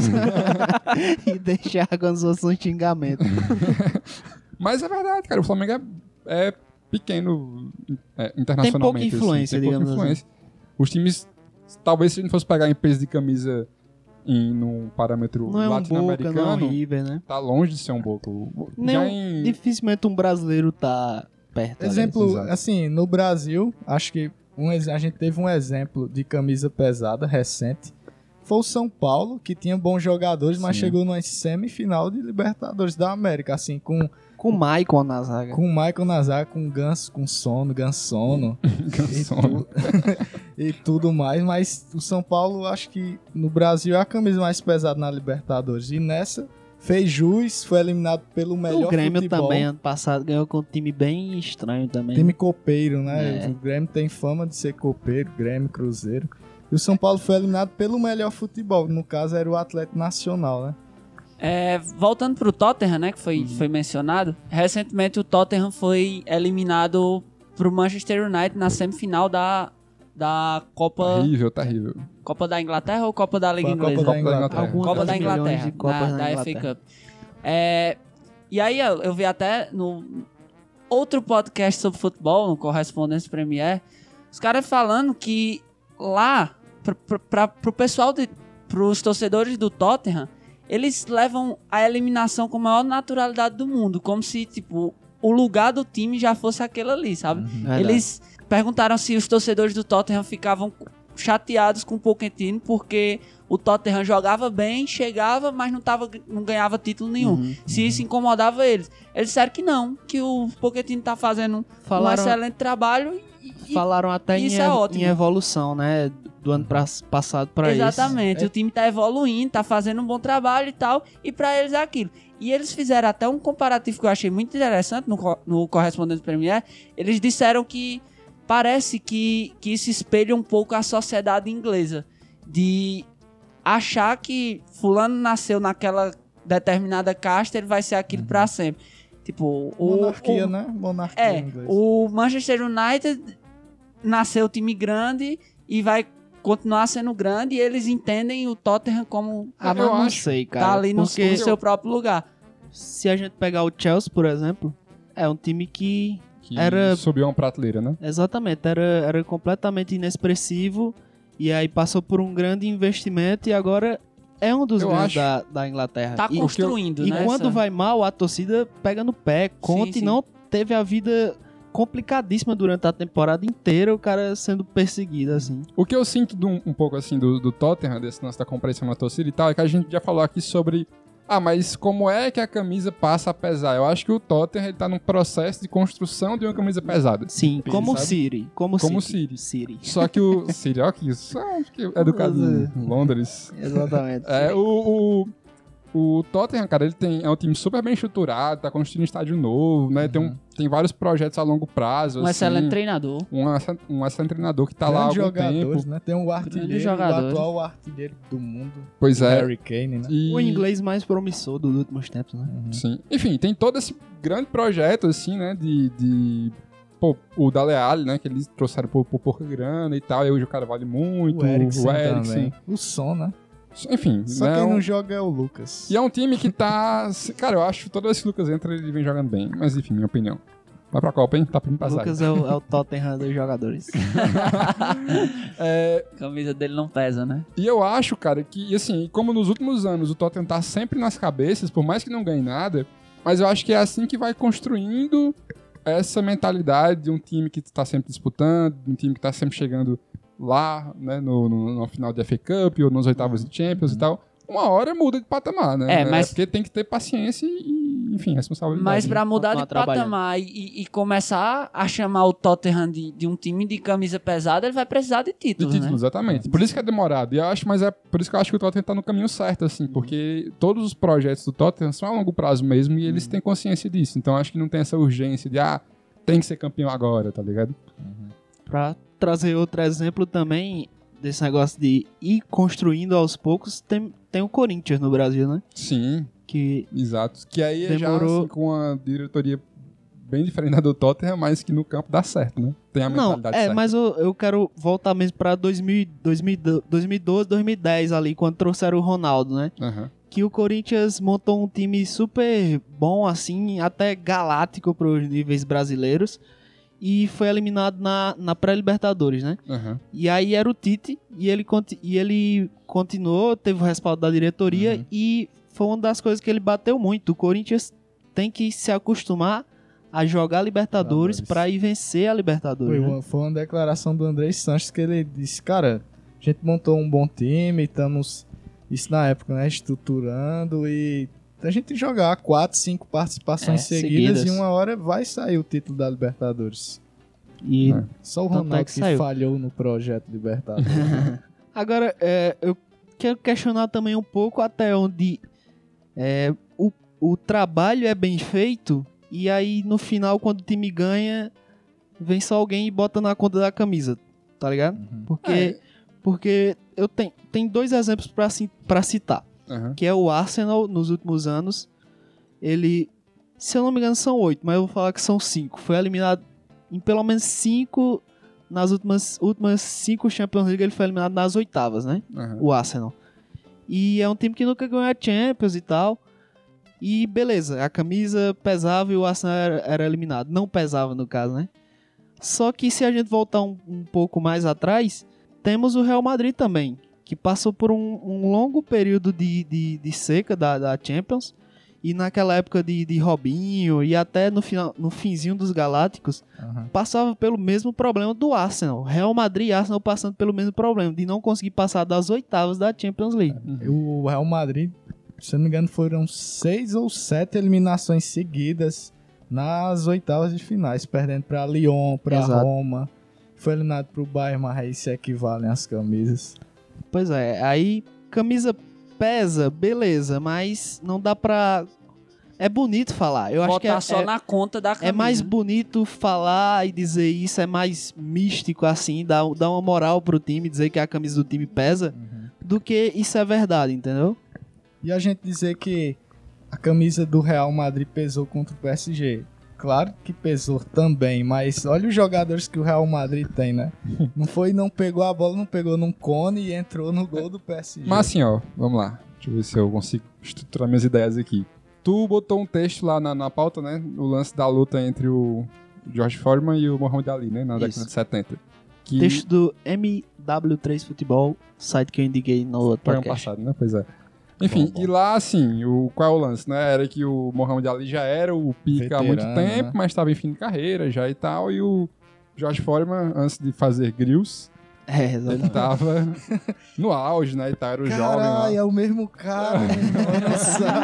Speaker 2: e deixar como se fosse um xingamento.
Speaker 5: Mas é verdade, cara. O Flamengo é, é pequeno é, internacionalmente.
Speaker 2: Tem pouca influência,
Speaker 5: assim, tem pouca
Speaker 2: digamos
Speaker 5: influência. Os times, talvez se a gente fosse pegar em peso de camisa em num parâmetro
Speaker 2: Não é um Boca, não é um
Speaker 5: latino-americano,
Speaker 2: River, né?
Speaker 5: tá longe de ser um Boca. O-
Speaker 2: Nem
Speaker 5: Já
Speaker 2: um-
Speaker 5: em...
Speaker 2: Dificilmente um brasileiro tá perto. ali.
Speaker 7: Exemplo,
Speaker 5: exato.
Speaker 7: assim, no Brasil, acho que um, ex- a gente teve um exemplo de camisa pesada recente. Foi o São Paulo, que tinha bons jogadores, mas
Speaker 5: Sim.
Speaker 7: chegou numa semifinal de Libertadores da América, assim, com,
Speaker 2: Com o Maicon na zaga.
Speaker 7: com o Michael Nazar, com Ganso, com Sono, Gansono e,
Speaker 5: Gansono.
Speaker 7: tu- e tudo mais. Mas o São Paulo, acho que no Brasil é a camisa mais pesada na Libertadores. E nessa, fez jus, foi eliminado pelo melhor
Speaker 2: O Grêmio
Speaker 7: futebol.
Speaker 2: também, ano passado, ganhou com um time bem estranho também.
Speaker 7: Time copeiro, né?
Speaker 2: É.
Speaker 7: O Grêmio tem fama de ser copeiro, Grêmio, Cruzeiro. E o São Paulo foi eliminado pelo melhor futebol, no caso era o Atlético Nacional, né?
Speaker 8: É, voltando pro Tottenham, né, que foi, foi mencionado, recentemente o Tottenham foi eliminado pro Manchester United na semifinal da, da Copa,
Speaker 5: Terrível, terrível.
Speaker 8: Copa da Inglaterra ou Copa da Liga
Speaker 7: Foi a Copa
Speaker 8: Inglesa?
Speaker 7: da Inglaterra.
Speaker 2: Alguma
Speaker 8: Copa
Speaker 2: das
Speaker 8: da
Speaker 2: milhões
Speaker 8: Inglaterra,
Speaker 2: de Copas
Speaker 8: na-
Speaker 2: da
Speaker 8: da F A
Speaker 2: Inglaterra.
Speaker 8: Cup. É, e aí eu, eu vi até no outro podcast sobre futebol, no Correspondência Premier, os caras falando que lá, pra, pra, pra, pro pessoal, de, pros torcedores do Tottenham, eles levam a eliminação com a maior naturalidade do mundo, como se, tipo, o lugar do time já fosse aquele ali, sabe?
Speaker 2: Verdade.
Speaker 8: Eles perguntaram se os torcedores do Tottenham ficavam chateados com o Pochettino porque o Tottenham jogava bem, chegava, mas não, tava, não ganhava título nenhum.
Speaker 2: Uhum.
Speaker 8: Se isso incomodava eles. Eles disseram que não, que o Pochettino tá fazendo
Speaker 2: Falaram-
Speaker 8: um excelente trabalho e, e-
Speaker 2: Falaram até em,
Speaker 8: isso é
Speaker 2: ev-
Speaker 8: ótimo.
Speaker 2: em evolução, né? Do ano pra- passado pra esse.
Speaker 8: Exatamente, o time tá evoluindo, tá fazendo um bom trabalho e tal, e pra eles é aquilo. E eles fizeram até um comparativo que eu achei muito interessante no, co- no Correspondente Premier. Eles disseram que parece que, que isso espelha um pouco a sociedade inglesa, de achar que fulano nasceu naquela determinada casta, ele vai ser aquilo pra sempre. Tipo, o,
Speaker 7: Monarquia,
Speaker 8: o-
Speaker 7: né? Monarquia
Speaker 8: é,
Speaker 7: inglesa.
Speaker 8: o Manchester United nasceu time grande e vai continuar sendo grande, e eles entendem o Tottenham como
Speaker 2: Ah,
Speaker 5: Eu
Speaker 2: mas não
Speaker 5: acho-
Speaker 2: sei, cara.
Speaker 8: tá ali no,
Speaker 2: porque
Speaker 8: no seu próprio lugar.
Speaker 2: se a gente pegar o Chelsea, por exemplo, é um time que
Speaker 5: Que
Speaker 2: Era-
Speaker 5: subiu uma prateleira, né?
Speaker 2: exatamente era, era completamente inexpressivo e aí passou por um grande investimento e agora é um dos
Speaker 5: Eu
Speaker 2: grandes
Speaker 5: acho-
Speaker 2: da, da Inglaterra.
Speaker 8: Tá
Speaker 2: e,
Speaker 8: construindo,
Speaker 2: e
Speaker 8: né?
Speaker 2: quando
Speaker 8: essa-
Speaker 2: vai mal, a torcida pega no pé. Conte
Speaker 8: sim.
Speaker 2: não teve a vida complicadíssima durante a temporada inteira, o cara sendo perseguido, assim.
Speaker 5: O que eu sinto do- um pouco assim do, do Tottenham, desse lance da compreensão na torcida e tal, é que a gente já falou aqui sobre. Ah, mas como é que a camisa passa a pesar? Eu acho que o Tottenham ele tá num processo de construção de uma camisa pesada.
Speaker 2: Sim, como o
Speaker 5: sabe?
Speaker 2: City. Como,
Speaker 5: Como
Speaker 2: City.
Speaker 5: City.
Speaker 2: City.
Speaker 5: Só que o City, ó, que isso, ah, acho que é educado em Londres.
Speaker 2: Exatamente.
Speaker 5: É, o, o, o Tottenham, cara, ele tem, é um time super bem estruturado, tá construindo um estádio novo, né? Tem, um, tem vários projetos a longo prazo.
Speaker 8: Um
Speaker 5: assim,
Speaker 8: excelente treinador.
Speaker 5: Um, ex- um excelente treinador que tá lá há
Speaker 7: Grandes
Speaker 5: algum
Speaker 7: jogadores,
Speaker 5: tempo.
Speaker 7: né? Tem um artilheiro, o
Speaker 8: jogadores.
Speaker 7: atual artilheiro do mundo,
Speaker 5: Pois
Speaker 7: o
Speaker 5: é.
Speaker 7: Harry Kane, né?
Speaker 5: E,
Speaker 2: O inglês mais promissor dos últimos tempos, né?
Speaker 5: Sim. Enfim, tem todo esse grande projeto, assim, né? De. de pô, o Dele Alli, né? Que eles trouxeram por, por pouca grana e tal. E hoje o cara vale muito.
Speaker 7: O Eriksen
Speaker 5: o Eriksen.
Speaker 7: também. O Son, né?
Speaker 5: Enfim.
Speaker 7: Só
Speaker 5: né,
Speaker 7: quem
Speaker 5: um-
Speaker 7: não joga é o Lucas.
Speaker 5: E é um time que tá. Cara, eu acho que toda vez que o Lucas entra, ele vem jogando bem. Mas enfim, minha opinião. Vai pra Copa, hein? Tá pedindo
Speaker 2: O
Speaker 5: passagem.
Speaker 2: Lucas é o, é o Tottenham dos jogadores.
Speaker 5: É,
Speaker 8: A camisa dele não pesa, né?
Speaker 5: e eu acho, cara, que, assim, como nos últimos anos o Tottenham tá sempre nas cabeças, por mais que não ganhe nada, Mas eu acho que é assim que vai construindo essa mentalidade de um time que tá sempre disputando, de um time que tá sempre chegando lá, né, no, no, no final de F A Cup ou nas oitavas de Champions e tal. Uma hora muda de patamar, né?
Speaker 8: É, mas-
Speaker 5: porque tem que ter paciência e, enfim, responsabilidade.
Speaker 8: Mas pra mudar de
Speaker 2: Continuar trabalhando.
Speaker 8: patamar e, e começar a chamar o Tottenham de, de um time de camisa pesada, ele vai precisar de
Speaker 5: De
Speaker 8: títulos,
Speaker 5: título,
Speaker 8: né?
Speaker 5: exatamente. Por isso que é demorado. E eu acho, mas é por isso que eu acho que o Tottenham tá no caminho certo, assim, porque todos os projetos do Tottenham são a longo prazo mesmo e eles têm consciência disso. Então acho que não tem essa urgência de, ah, tem que ser campeão agora, tá ligado?
Speaker 2: Pra trazer outro exemplo também desse negócio de ir construindo aos poucos, tem, tem o Corinthians no Brasil, né?
Speaker 5: Sim,
Speaker 2: Que
Speaker 5: exato. Que aí é já
Speaker 2: Demorou.
Speaker 5: assim, com uma diretoria bem diferente da do Tottenham, mas que no campo dá certo, né? Tem a
Speaker 2: Não,
Speaker 5: mentalidade
Speaker 2: é,
Speaker 5: certa.
Speaker 2: mas eu, eu quero voltar mesmo pra dois mil, dois mil, dois mil e doze, dois mil e dez ali, quando trouxeram o Ronaldo, né?
Speaker 5: Aham.
Speaker 2: Que o Corinthians montou um time super bom, assim, até galáctico pros níveis brasileiros, e foi eliminado na, na pré-Libertadores, né?
Speaker 5: Aham.
Speaker 2: E aí era o Tite, e ele, conti- e ele continuou, teve o respaldo da diretoria,
Speaker 5: Uhum.
Speaker 2: e foi uma das coisas que ele bateu muito. O Corinthians tem que se acostumar a jogar Libertadores
Speaker 7: Libertadores.
Speaker 2: pra ir vencer a Libertadores.
Speaker 7: Foi
Speaker 2: né?
Speaker 7: uma, foi uma declaração do André Sanches que ele disse, cara, a gente montou um bom time, estamos, isso na época, né, estruturando e a gente tem que jogar quatro, cinco participações
Speaker 2: É,
Speaker 7: seguidas,
Speaker 2: seguidas.
Speaker 7: e uma hora vai sair o título da Libertadores.
Speaker 2: E
Speaker 5: É.
Speaker 7: Só o
Speaker 2: Tanto é
Speaker 7: Ronaldo
Speaker 2: que
Speaker 7: que,
Speaker 2: saiu.
Speaker 7: falhou no projeto Libertadores.
Speaker 2: agora, é, eu quero questionar também um pouco até onde é, o, o trabalho é bem feito, e aí no final, quando o time ganha, vem só alguém e bota na conta da camisa, tá ligado? Porque,
Speaker 5: É.
Speaker 2: porque eu tenho, tem dois exemplos pra, ci- pra citar.
Speaker 5: Aham.
Speaker 2: Que é o Arsenal nos últimos anos. Ele, se eu não me engano, são oito, mas eu vou falar que são cinco. Foi eliminado em pelo menos cinco, nas últimas, últimas cinco Champions League, ele foi eliminado nas oitavas, né?
Speaker 5: Aham.
Speaker 2: O Arsenal. E é um time que nunca ganhou a Champions e tal. E beleza, a camisa pesava e o Arsenal era, era eliminado. Não pesava, no caso, né? Só que se a gente voltar um, um pouco mais atrás, temos o Real Madrid também, que passou por um, um longo período de, de, de seca da, da Champions. E naquela época de, de Robinho e até no, final, no finzinho dos Galácticos,
Speaker 7: Aham.
Speaker 2: passava pelo mesmo problema do Arsenal. Real Madrid e Arsenal passando pelo mesmo problema, de não conseguir passar das oitavas da Champions League.
Speaker 7: O Real Madrid, se eu não me engano, foram seis ou sete eliminações seguidas nas oitavas de finais, perdendo para Lyon, para
Speaker 2: Exato.
Speaker 7: Roma. Foi eliminado para o Bayern, mas aí se equivalem as camisas.
Speaker 2: Pois é, aí camisa pesa, beleza, mas não dá pra... É bonito falar. Eu acho
Speaker 8: Botar
Speaker 2: que é,
Speaker 8: só
Speaker 2: é,
Speaker 8: na conta da camisa.
Speaker 2: é mais bonito falar e dizer isso, é mais místico assim, dá, dá uma moral pro time, dizer que a camisa do time pesa, do que isso é verdade, entendeu?
Speaker 7: E a gente dizer que a camisa do Real Madrid pesou contra o P S G. Claro que pesou também, mas olha os jogadores que o Real Madrid tem, né? Não foi, não pegou a bola, não pegou num cone e entrou no gol do P S G.
Speaker 5: Mas assim, ó, vamos lá. Deixa eu ver se eu consigo estruturar minhas ideias aqui. Tu botou um texto lá na, na pauta, né? O lance da luta entre o George Foreman e o Muhammad Ali, né? Na década
Speaker 2: Isso.
Speaker 5: de setenta. Que
Speaker 2: Texto do M W três Futebol, site que eu indiquei no outro
Speaker 5: foi ano
Speaker 2: podcast.
Speaker 5: passado, né? Pois é. Enfim,
Speaker 7: Bom, bom.
Speaker 5: e lá, assim, o, qual é o lance, né? Era que o Muhammad Ali já era o pica há muito
Speaker 7: Veterano,
Speaker 5: tempo,
Speaker 7: né?
Speaker 5: mas estava em fim de carreira já e tal. E o George Foreman, antes de fazer grills,
Speaker 2: É,
Speaker 5: ele
Speaker 2: exatamente.
Speaker 5: tava no auge, né? E tal, era o jovem lá.
Speaker 7: Caralho, é o mesmo cara, meu irmão, não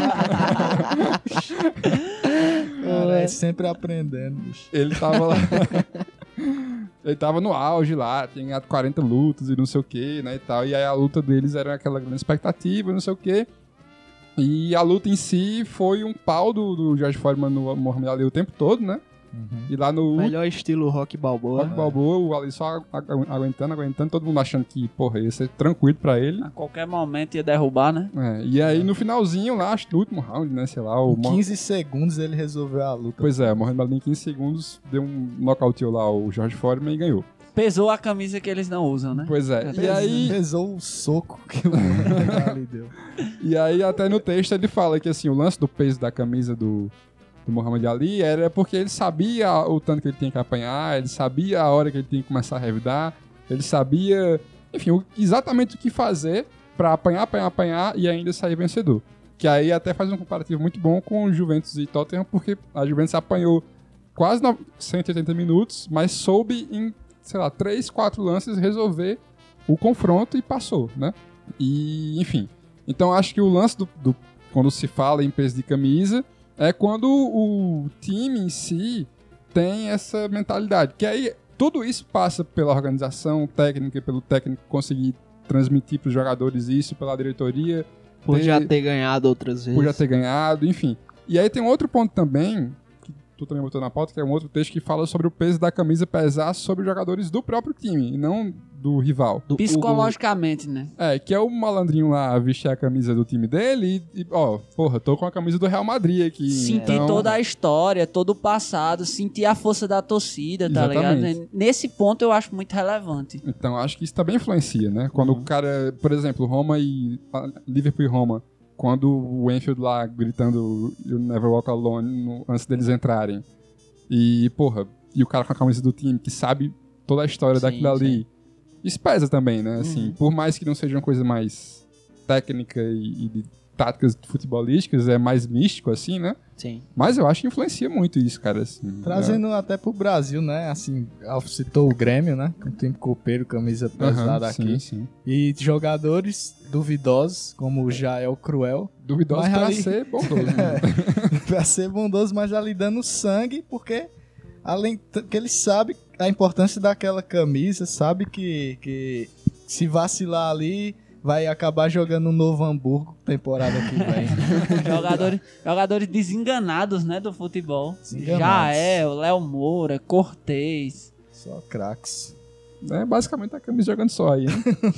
Speaker 7: sabe. Cara, é sempre aprendendo, bicho.
Speaker 5: Ele tava lá. Ele tava no auge lá, tinha ganhado quarenta lutas e não sei o que, né, e tal. E aí a luta deles era aquela grande expectativa, não sei o que. E a luta em si foi um pau do, do George Foreman no Muhammad Ali o tempo todo, né? E lá no último
Speaker 2: Melhor estilo Rock Balboa.
Speaker 5: Rock Balboa, o Ali só agu- aguentando, aguentando, todo mundo achando que, porra, ia ser tranquilo pra ele.
Speaker 8: A qualquer momento ia derrubar, né?
Speaker 5: É, e aí no finalzinho lá, acho que no último round, né, sei lá, o
Speaker 7: Em
Speaker 5: Mo-
Speaker 7: quinze segundos ele resolveu a luta.
Speaker 5: Pois é, o Muhammad Ali em quinze segundos deu um nocauteou lá o George Foreman e ganhou.
Speaker 8: Pesou a camisa que eles não usam, né?
Speaker 5: Pois é, e aí...
Speaker 7: Pesou o soco que o Muhammad Ali deu.
Speaker 5: E aí, até no texto, ele fala que, assim, o lance do peso da camisa do, do Muhammad Ali era porque ele sabia o tanto que ele tinha que apanhar, ele sabia a hora que ele tinha que começar a revidar, ele sabia, enfim, o- exatamente o que fazer pra apanhar, apanhar, apanhar e ainda sair vencedor. Que aí até faz um comparativo muito bom com o Juventus e Tottenham, porque a Juventus apanhou quase no- cento e oitenta minutos, mas soube em, sei lá, três, quatro lances resolver o confronto e passou, né? E, enfim. Então acho que o lance do, do- quando se fala em peso de camisa é quando o time em si tem essa mentalidade. Que aí tudo isso passa pela organização técnica, pelo técnico conseguir transmitir para os jogadores isso, pela diretoria,
Speaker 2: Por
Speaker 5: ter-
Speaker 2: já ter ganhado outras vezes.
Speaker 5: por já ter ganhado, enfim. E aí tem um outro ponto também, que tu também botou na pauta, que é um outro texto que fala sobre o peso da camisa pesar sobre os jogadores do próprio time, e não do rival.
Speaker 2: Do-
Speaker 8: Psicologicamente, né?
Speaker 5: É, que é o malandrinho lá vestir a camisa do time dele e, e, ó, porra, tô com a camisa do Real Madrid aqui.
Speaker 8: Sentir
Speaker 5: então...
Speaker 8: toda a história, todo o passado, sentir a força da torcida, tá
Speaker 5: Exatamente.
Speaker 8: ligado? Nesse ponto eu acho muito relevante.
Speaker 5: Então, acho que isso também influencia, né? Quando
Speaker 2: Uhum.
Speaker 5: o cara, por exemplo, Roma e Liverpool e Roma, quando o Enfield lá gritando You Never Walk Alone no- antes deles entrarem. E, porra, e o cara com a camisa do time que sabe toda a história
Speaker 8: Sim,
Speaker 5: daquilo ali. Isso pesa também, né? Assim,
Speaker 2: Uhum.
Speaker 5: por mais que não seja uma coisa mais técnica e, e de táticas futebolísticas, é mais místico, assim, né?
Speaker 2: Sim.
Speaker 5: Mas eu acho que influencia muito isso, cara. Assim,
Speaker 7: Trazendo até pro Brasil, né? Assim, Alf citou o Grêmio, né? Com o time copeiro, camisa
Speaker 5: né? Aham,
Speaker 7: pesada aqui.
Speaker 5: sim, sim.
Speaker 7: E jogadores duvidosos, como o Jael Cruel,
Speaker 5: Duvidoso
Speaker 7: Mas
Speaker 5: pra
Speaker 7: ali-
Speaker 5: ser bondoso. Né?
Speaker 7: pra ser bondoso, mas ali dando sangue, porque além t- que ele sabe a importância daquela camisa, sabe que, que se vacilar ali, vai acabar jogando no Novo Hamburgo temporada que vem.
Speaker 8: Jogadores, jogadores desenganados, né, do futebol.
Speaker 7: Desenganados.
Speaker 8: Jael, Léo Moura, Cortez.
Speaker 7: Só craques.
Speaker 5: É basicamente a camisa jogando só aí, né?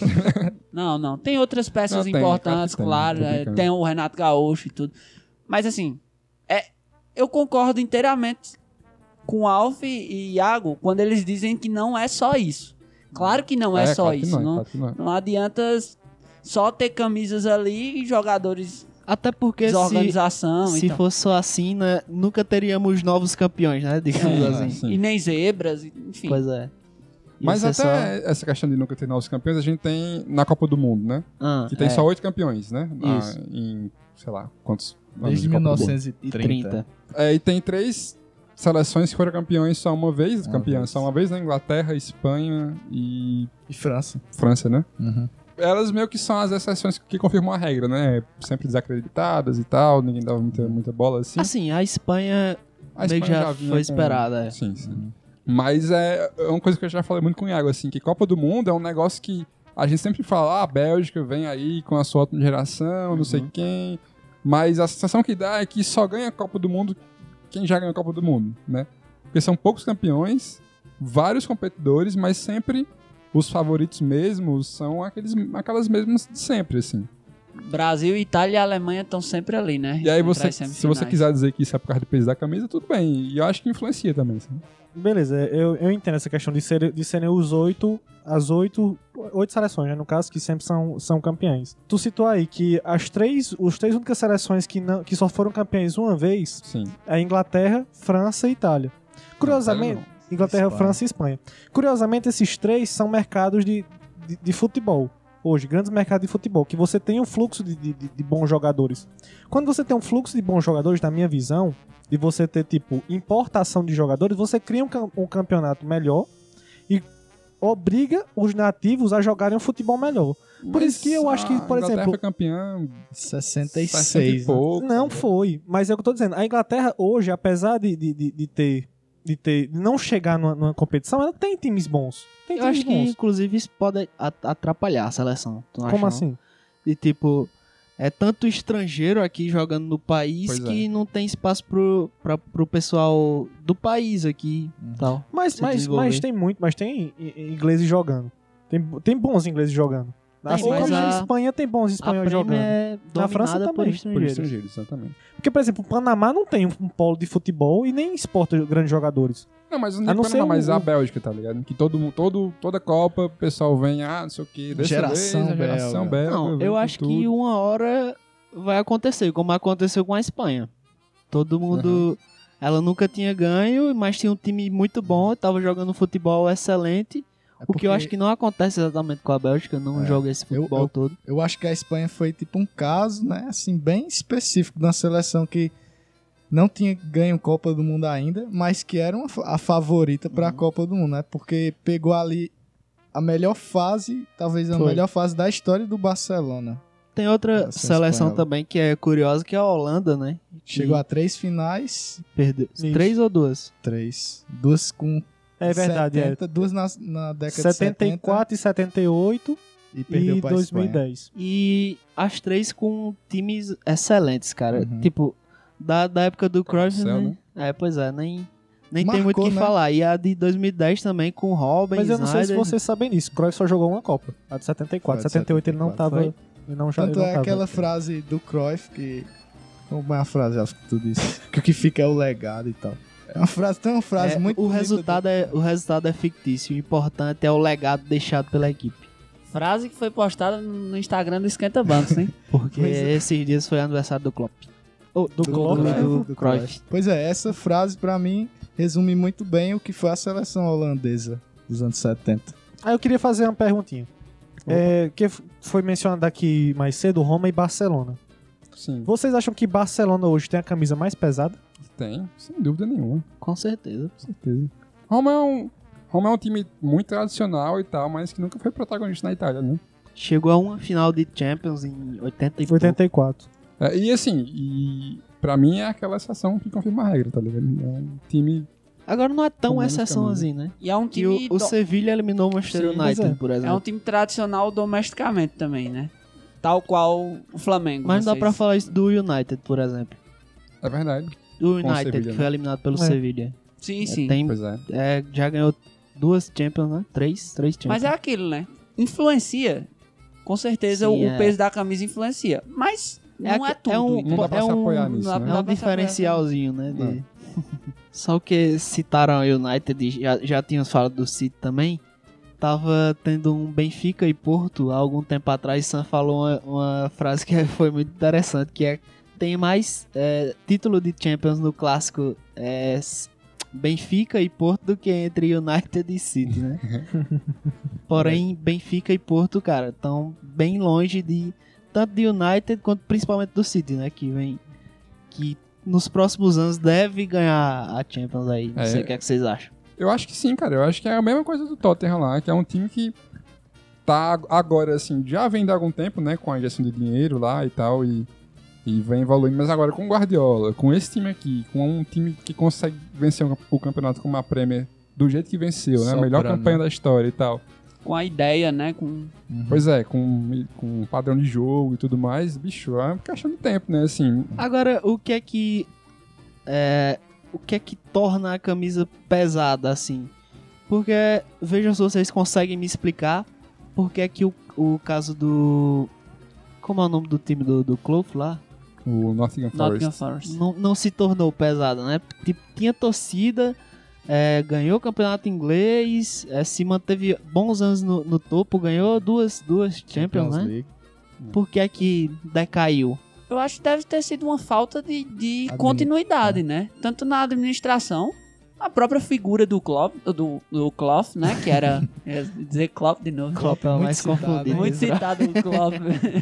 Speaker 8: Não, não. Tem outras peças
Speaker 5: Não, tem,
Speaker 8: importantes,
Speaker 5: claro que tem,
Speaker 8: claro.
Speaker 5: tô
Speaker 8: é,
Speaker 5: brincando.
Speaker 8: tem o Renato Gaúcho e tudo. Mas assim, é, eu concordo inteiramente com Alf e Iago quando eles dizem que não é só isso. Claro que não é, só
Speaker 5: claro que
Speaker 8: isso.
Speaker 5: não, é,
Speaker 8: Não,
Speaker 5: claro que não é.
Speaker 8: não adianta só ter camisas ali e jogadores
Speaker 2: Até porque se,
Speaker 8: desorganização
Speaker 2: se
Speaker 8: e tal.
Speaker 2: fosse só assim, né, nunca teríamos novos campeões, né? Digamos
Speaker 8: É,
Speaker 2: assim.
Speaker 5: sim.
Speaker 8: E nem zebras, enfim.
Speaker 2: Pois é. Ia
Speaker 5: Mas
Speaker 2: ser
Speaker 5: até essa questão de nunca ter novos campeões, a gente tem na Copa do Mundo, né?
Speaker 2: só... Ah,
Speaker 5: Que tem
Speaker 2: é,
Speaker 5: só oito campeões, né? Na-
Speaker 2: Isso.
Speaker 5: em, sei lá, quantos anos
Speaker 7: Desde
Speaker 5: de Copa
Speaker 7: mil
Speaker 5: do Mundo.
Speaker 7: novecentos e
Speaker 2: e
Speaker 7: trinta.
Speaker 2: trinta.
Speaker 5: É, e tem três seleções que foram campeões só uma vez,
Speaker 7: Uma
Speaker 5: campeãs
Speaker 7: vez.
Speaker 5: só uma vez, né? Inglaterra, Espanha e
Speaker 7: E França.
Speaker 5: França, né?
Speaker 7: Uhum.
Speaker 5: Elas meio que são as exceções que confirmam a regra, né? Sempre desacreditadas e tal, ninguém dava muita, muita bola assim.
Speaker 2: Assim, a Espanha
Speaker 5: A
Speaker 2: meio que
Speaker 5: Espanha
Speaker 2: já
Speaker 5: vinha
Speaker 2: foi
Speaker 5: com-
Speaker 2: esperada. É.
Speaker 5: Sim, sim. Mas é é uma coisa que eu já falei muito com o Iago, assim, que Copa do Mundo é um negócio que a gente sempre fala, ah, a Bélgica vem aí com a sua última geração, não sei quem. Mas a sensação que dá é que só ganha a Copa do Mundo quem já ganhou a Copa do Mundo, né? Porque são poucos campeões, vários competidores, mas sempre os favoritos mesmos são aqueles, aquelas mesmas de sempre, assim.
Speaker 8: Brasil, Itália e Alemanha estão sempre ali, né?
Speaker 5: E aí,
Speaker 8: Entre
Speaker 5: você,
Speaker 8: as
Speaker 5: se você
Speaker 8: semifinais.
Speaker 5: quiser dizer que isso é por causa do peso da camisa, tudo bem. E eu acho que influencia também, assim.
Speaker 6: Beleza, eu, eu entendo essa questão de, ser, de serem os oito, as oito, oito seleções, né, no caso, que sempre são, são campeãs. Tu citou aí que as três, os três únicas seleções que, não, que só foram campeãs uma vez
Speaker 5: Sim.
Speaker 6: é Inglaterra, França e Itália. Curiosamente,
Speaker 5: Itália
Speaker 6: Inglaterra,
Speaker 7: Espanha.
Speaker 6: França e Espanha. Curiosamente, esses três são mercados de, de, de futebol. Hoje, grandes mercados de futebol, que você tem um fluxo de, de, de bons jogadores. Quando você tem um fluxo de bons jogadores, na minha visão, de você ter, tipo, importação de jogadores, você cria um, cam- um campeonato melhor e obriga os nativos a jogarem um futebol melhor. Por
Speaker 5: Mas
Speaker 6: isso que eu acho que,
Speaker 5: a
Speaker 6: por
Speaker 5: Inglaterra
Speaker 6: exemplo,
Speaker 5: foi campeã
Speaker 7: sessenta e
Speaker 5: sessenta
Speaker 7: seis.
Speaker 5: e pouco.
Speaker 6: não foi, mas é o que eu tô dizendo. A Inglaterra hoje, apesar de, de, de, de ter, de ter, de não chegar numa, numa competição, ela tem times bons. Tem
Speaker 2: Eu
Speaker 6: times
Speaker 2: acho que,
Speaker 6: bons.
Speaker 2: inclusive, isso pode a- atrapalhar a seleção. Tu não acha,
Speaker 6: Como
Speaker 2: não?
Speaker 6: assim?
Speaker 2: E tipo, é tanto estrangeiro aqui jogando no país
Speaker 5: Pois
Speaker 2: que
Speaker 5: é.
Speaker 2: não tem espaço pro, pra, pro pessoal do país aqui e tal.
Speaker 6: Mas,
Speaker 2: se
Speaker 6: mas,
Speaker 2: desenvolver.
Speaker 6: mas tem muito, mas tem i- i- ingleses jogando. Tem, tem bons ingleses jogando.
Speaker 2: Tem,
Speaker 6: Assim
Speaker 2: mas
Speaker 6: como na
Speaker 2: a-
Speaker 6: Espanha tem bons
Speaker 2: A
Speaker 6: espanhóis
Speaker 2: Premier
Speaker 6: jogando.
Speaker 2: é
Speaker 6: Na França
Speaker 2: dominada por
Speaker 6: também, por
Speaker 2: estrangeiros.
Speaker 5: Por estrangeiros, exatamente.
Speaker 6: Porque, por exemplo, o Panamá não tem um, um polo de futebol e nem exporta grandes jogadores.
Speaker 5: Não, mas não
Speaker 6: A
Speaker 5: tem
Speaker 6: não
Speaker 5: Panamá,
Speaker 6: ser
Speaker 5: mas
Speaker 6: o-
Speaker 5: a Bélgica, tá ligado? Que todo, mundo- todo, toda Copa o pessoal vem, ah, não sei o que, dessa
Speaker 7: Geração
Speaker 5: vez, a geração
Speaker 7: belga.
Speaker 5: belga.
Speaker 2: Não,
Speaker 5: vem
Speaker 2: eu
Speaker 5: com
Speaker 2: acho que
Speaker 5: tudo.
Speaker 2: uma hora vai acontecer, como aconteceu com a Espanha. Todo mundo... Ela nunca tinha ganho, mas tinha um time muito bom, tava jogando futebol excelente. O que eu
Speaker 7: porque
Speaker 2: acho que não acontece exatamente com a Bélgica, não
Speaker 7: É,
Speaker 2: joga esse
Speaker 7: eu-
Speaker 2: futebol
Speaker 7: eu-
Speaker 2: todo.
Speaker 7: Eu acho que a Espanha foi tipo um caso, né, assim, bem específico de uma seleção que não tinha ganho Copa do Mundo ainda, mas que era uma, fa- a favorita para a
Speaker 2: Uhum.
Speaker 7: Copa do Mundo, né? Porque pegou ali a melhor fase, talvez a
Speaker 6: Foi.
Speaker 7: melhor fase da história do Barcelona.
Speaker 2: Tem outra
Speaker 7: Seleção
Speaker 2: seleção
Speaker 7: espanhola.
Speaker 2: também que é curiosa, que é a Holanda, né?
Speaker 7: Chegou
Speaker 2: E
Speaker 7: a três finais,
Speaker 2: perdeu.
Speaker 6: Isso.
Speaker 2: Três ou duas?
Speaker 7: três, duas com
Speaker 6: É verdade,
Speaker 7: setenta, duas na, na década
Speaker 6: setenta e quatro e setenta e oito
Speaker 7: de setenta e perdeu
Speaker 6: e
Speaker 7: para
Speaker 6: dois mil e dez.
Speaker 2: E as três com times excelentes, cara.
Speaker 7: Uhum.
Speaker 2: Tipo, da, da época do Cruyff,
Speaker 5: Carrossel,
Speaker 2: né? É, pois é, nem, nem tem
Speaker 7: Marcou,
Speaker 2: muito o que
Speaker 7: né?
Speaker 2: falar. E a de dois mil e dez também com o Robin,
Speaker 6: Mas eu não sei se
Speaker 2: Snyder.
Speaker 6: vocês sabem disso. Cruyff só jogou uma Copa, a de setenta e quatro.
Speaker 7: Foi a de
Speaker 6: setenta e oito ele não
Speaker 7: setenta e
Speaker 6: tava.
Speaker 2: quatro,
Speaker 6: Ele não, já,
Speaker 7: Tanto
Speaker 6: ele não
Speaker 7: é
Speaker 6: tava.
Speaker 7: aquela frase do Cruyff que... Como é a frase Elcio, que tu disse? Que o que fica é o legado e tal. É uma frase, tem uma frase
Speaker 2: É,
Speaker 7: muito
Speaker 2: o,
Speaker 7: bonita
Speaker 2: resultado é, o resultado é fictício. O importante é o legado deixado pela equipe.
Speaker 8: Frase que foi postada no Instagram do Esquenta Bancos, né?
Speaker 2: Porque
Speaker 7: Pois é.
Speaker 2: esses dias foi aniversário do Klopp.
Speaker 6: Oh, do
Speaker 7: do,
Speaker 6: Klopp,
Speaker 7: do,
Speaker 6: né?
Speaker 7: do, do
Speaker 2: Cruyff.
Speaker 7: Cruyff. Pois é, essa frase pra mim resume muito bem o que foi a seleção holandesa dos anos setenta.
Speaker 6: Aí eu queria fazer uma perguntinha. É, que f- foi mencionado aqui mais cedo, Roma e Barcelona.
Speaker 5: Sim,
Speaker 6: Vocês acham que Barcelona hoje tem a camisa mais pesada?
Speaker 5: tem, sem dúvida nenhuma.
Speaker 2: Com certeza.
Speaker 5: Com certeza. Roma é um, Roma é um time muito tradicional e tal, mas que nunca foi protagonista na Itália, né?
Speaker 2: Chegou a uma final de Champions em oitenta e pouco.
Speaker 6: oitenta e quatro.
Speaker 5: É, e assim, e pra mim é aquela exceção que confirma a regra, tá ligado? É um time...
Speaker 2: Agora não é tão
Speaker 5: Com menos
Speaker 2: exceção
Speaker 5: camisa.
Speaker 2: assim, né?
Speaker 8: E é um
Speaker 2: Que
Speaker 8: time,
Speaker 2: o, o
Speaker 8: do-
Speaker 2: Sevilla eliminou o Manchester
Speaker 6: Sim,
Speaker 2: United,
Speaker 6: pois é.
Speaker 2: por
Speaker 8: é um
Speaker 2: exemplo.
Speaker 8: time tradicional domesticamente também, né? Tal qual o Flamengo.
Speaker 2: Mas não dá
Speaker 8: vocês-
Speaker 2: pra falar isso do United, por exemplo.
Speaker 5: É verdade.
Speaker 2: Do
Speaker 5: o
Speaker 2: United,
Speaker 5: Sevilla,
Speaker 2: que
Speaker 5: né?
Speaker 2: foi eliminado pelo
Speaker 6: É.
Speaker 2: Sevilla.
Speaker 8: Sim,
Speaker 2: É,
Speaker 8: sim.
Speaker 2: tem,
Speaker 5: Pois é.
Speaker 2: é, já ganhou duas Champions, né? Três, três Champions.
Speaker 8: Mas é aquilo, né? Influencia. Com certeza
Speaker 2: Sim,
Speaker 8: o,
Speaker 2: é.
Speaker 8: o peso da camisa influencia. Mas não é,
Speaker 2: aque-
Speaker 8: tudo.
Speaker 2: um,
Speaker 5: Não dá pra
Speaker 2: é
Speaker 5: se
Speaker 2: um,
Speaker 5: apoiar nisso,
Speaker 8: não dá-
Speaker 5: né?
Speaker 2: é
Speaker 8: dá
Speaker 2: um
Speaker 8: pra se apoiar.
Speaker 2: diferencialzinho, né? de-
Speaker 5: Não.
Speaker 2: Só que citaram o United, e já, já tínhamos falado do City também. Tava tendo um Benfica e Porto há algum tempo atrás. Sam falou uma, uma frase que foi muito interessante, que é: tem mais é, título de Champions no clássico é, s- Benfica e Porto do que entre United e City, né? Porém, Benfica e Porto, cara, estão bem longe de tanto de United quanto principalmente do City, né? Que vem que nos próximos anos deve ganhar a Champions aí. Não
Speaker 5: É.
Speaker 2: sei o que, é que vocês acham.
Speaker 5: Eu acho que sim, cara. Eu acho que é a mesma coisa do Tottenham lá, que é um time que tá agora, assim, já vem de algum tempo, né, com a injeção de dinheiro lá e tal, e, e vem evoluindo, mas agora com o Guardiola, com esse time aqui, com um time que consegue vencer o o campeonato com uma Premier do jeito que venceu, né, a melhor
Speaker 7: Soprano.
Speaker 5: campanha da história e tal.
Speaker 8: Com a ideia, né? Com...
Speaker 5: Pois é, com, com padrão de jogo e tudo mais, bicho, é uma questão de tempo, né, assim.
Speaker 2: Agora, o que é que é, o que é que torna a camisa pesada assim? Porque vejam se vocês conseguem me explicar por que é que o, o caso do como é o nome do time do, do Klopp lá?
Speaker 5: O Nottingham Forest.
Speaker 8: Nottingham Forest.
Speaker 2: Não, não se tornou pesada, né? Tipo, tinha torcida, é, ganhou o campeonato inglês, é, se manteve bons anos no, no topo, ganhou duas, duas Champions, né?
Speaker 7: League.
Speaker 2: Por que é que decaiu?
Speaker 8: Eu acho que deve ter sido uma falta de, de
Speaker 7: Admin-
Speaker 8: continuidade, né? Tanto na administração, a própria figura do Klopp, do, do Klopp, né? Que era, ia dizer Klopp de novo.
Speaker 2: Klopp é o
Speaker 7: muito
Speaker 2: mais
Speaker 7: citado,
Speaker 2: confundido.
Speaker 8: Muito citado o Klopp.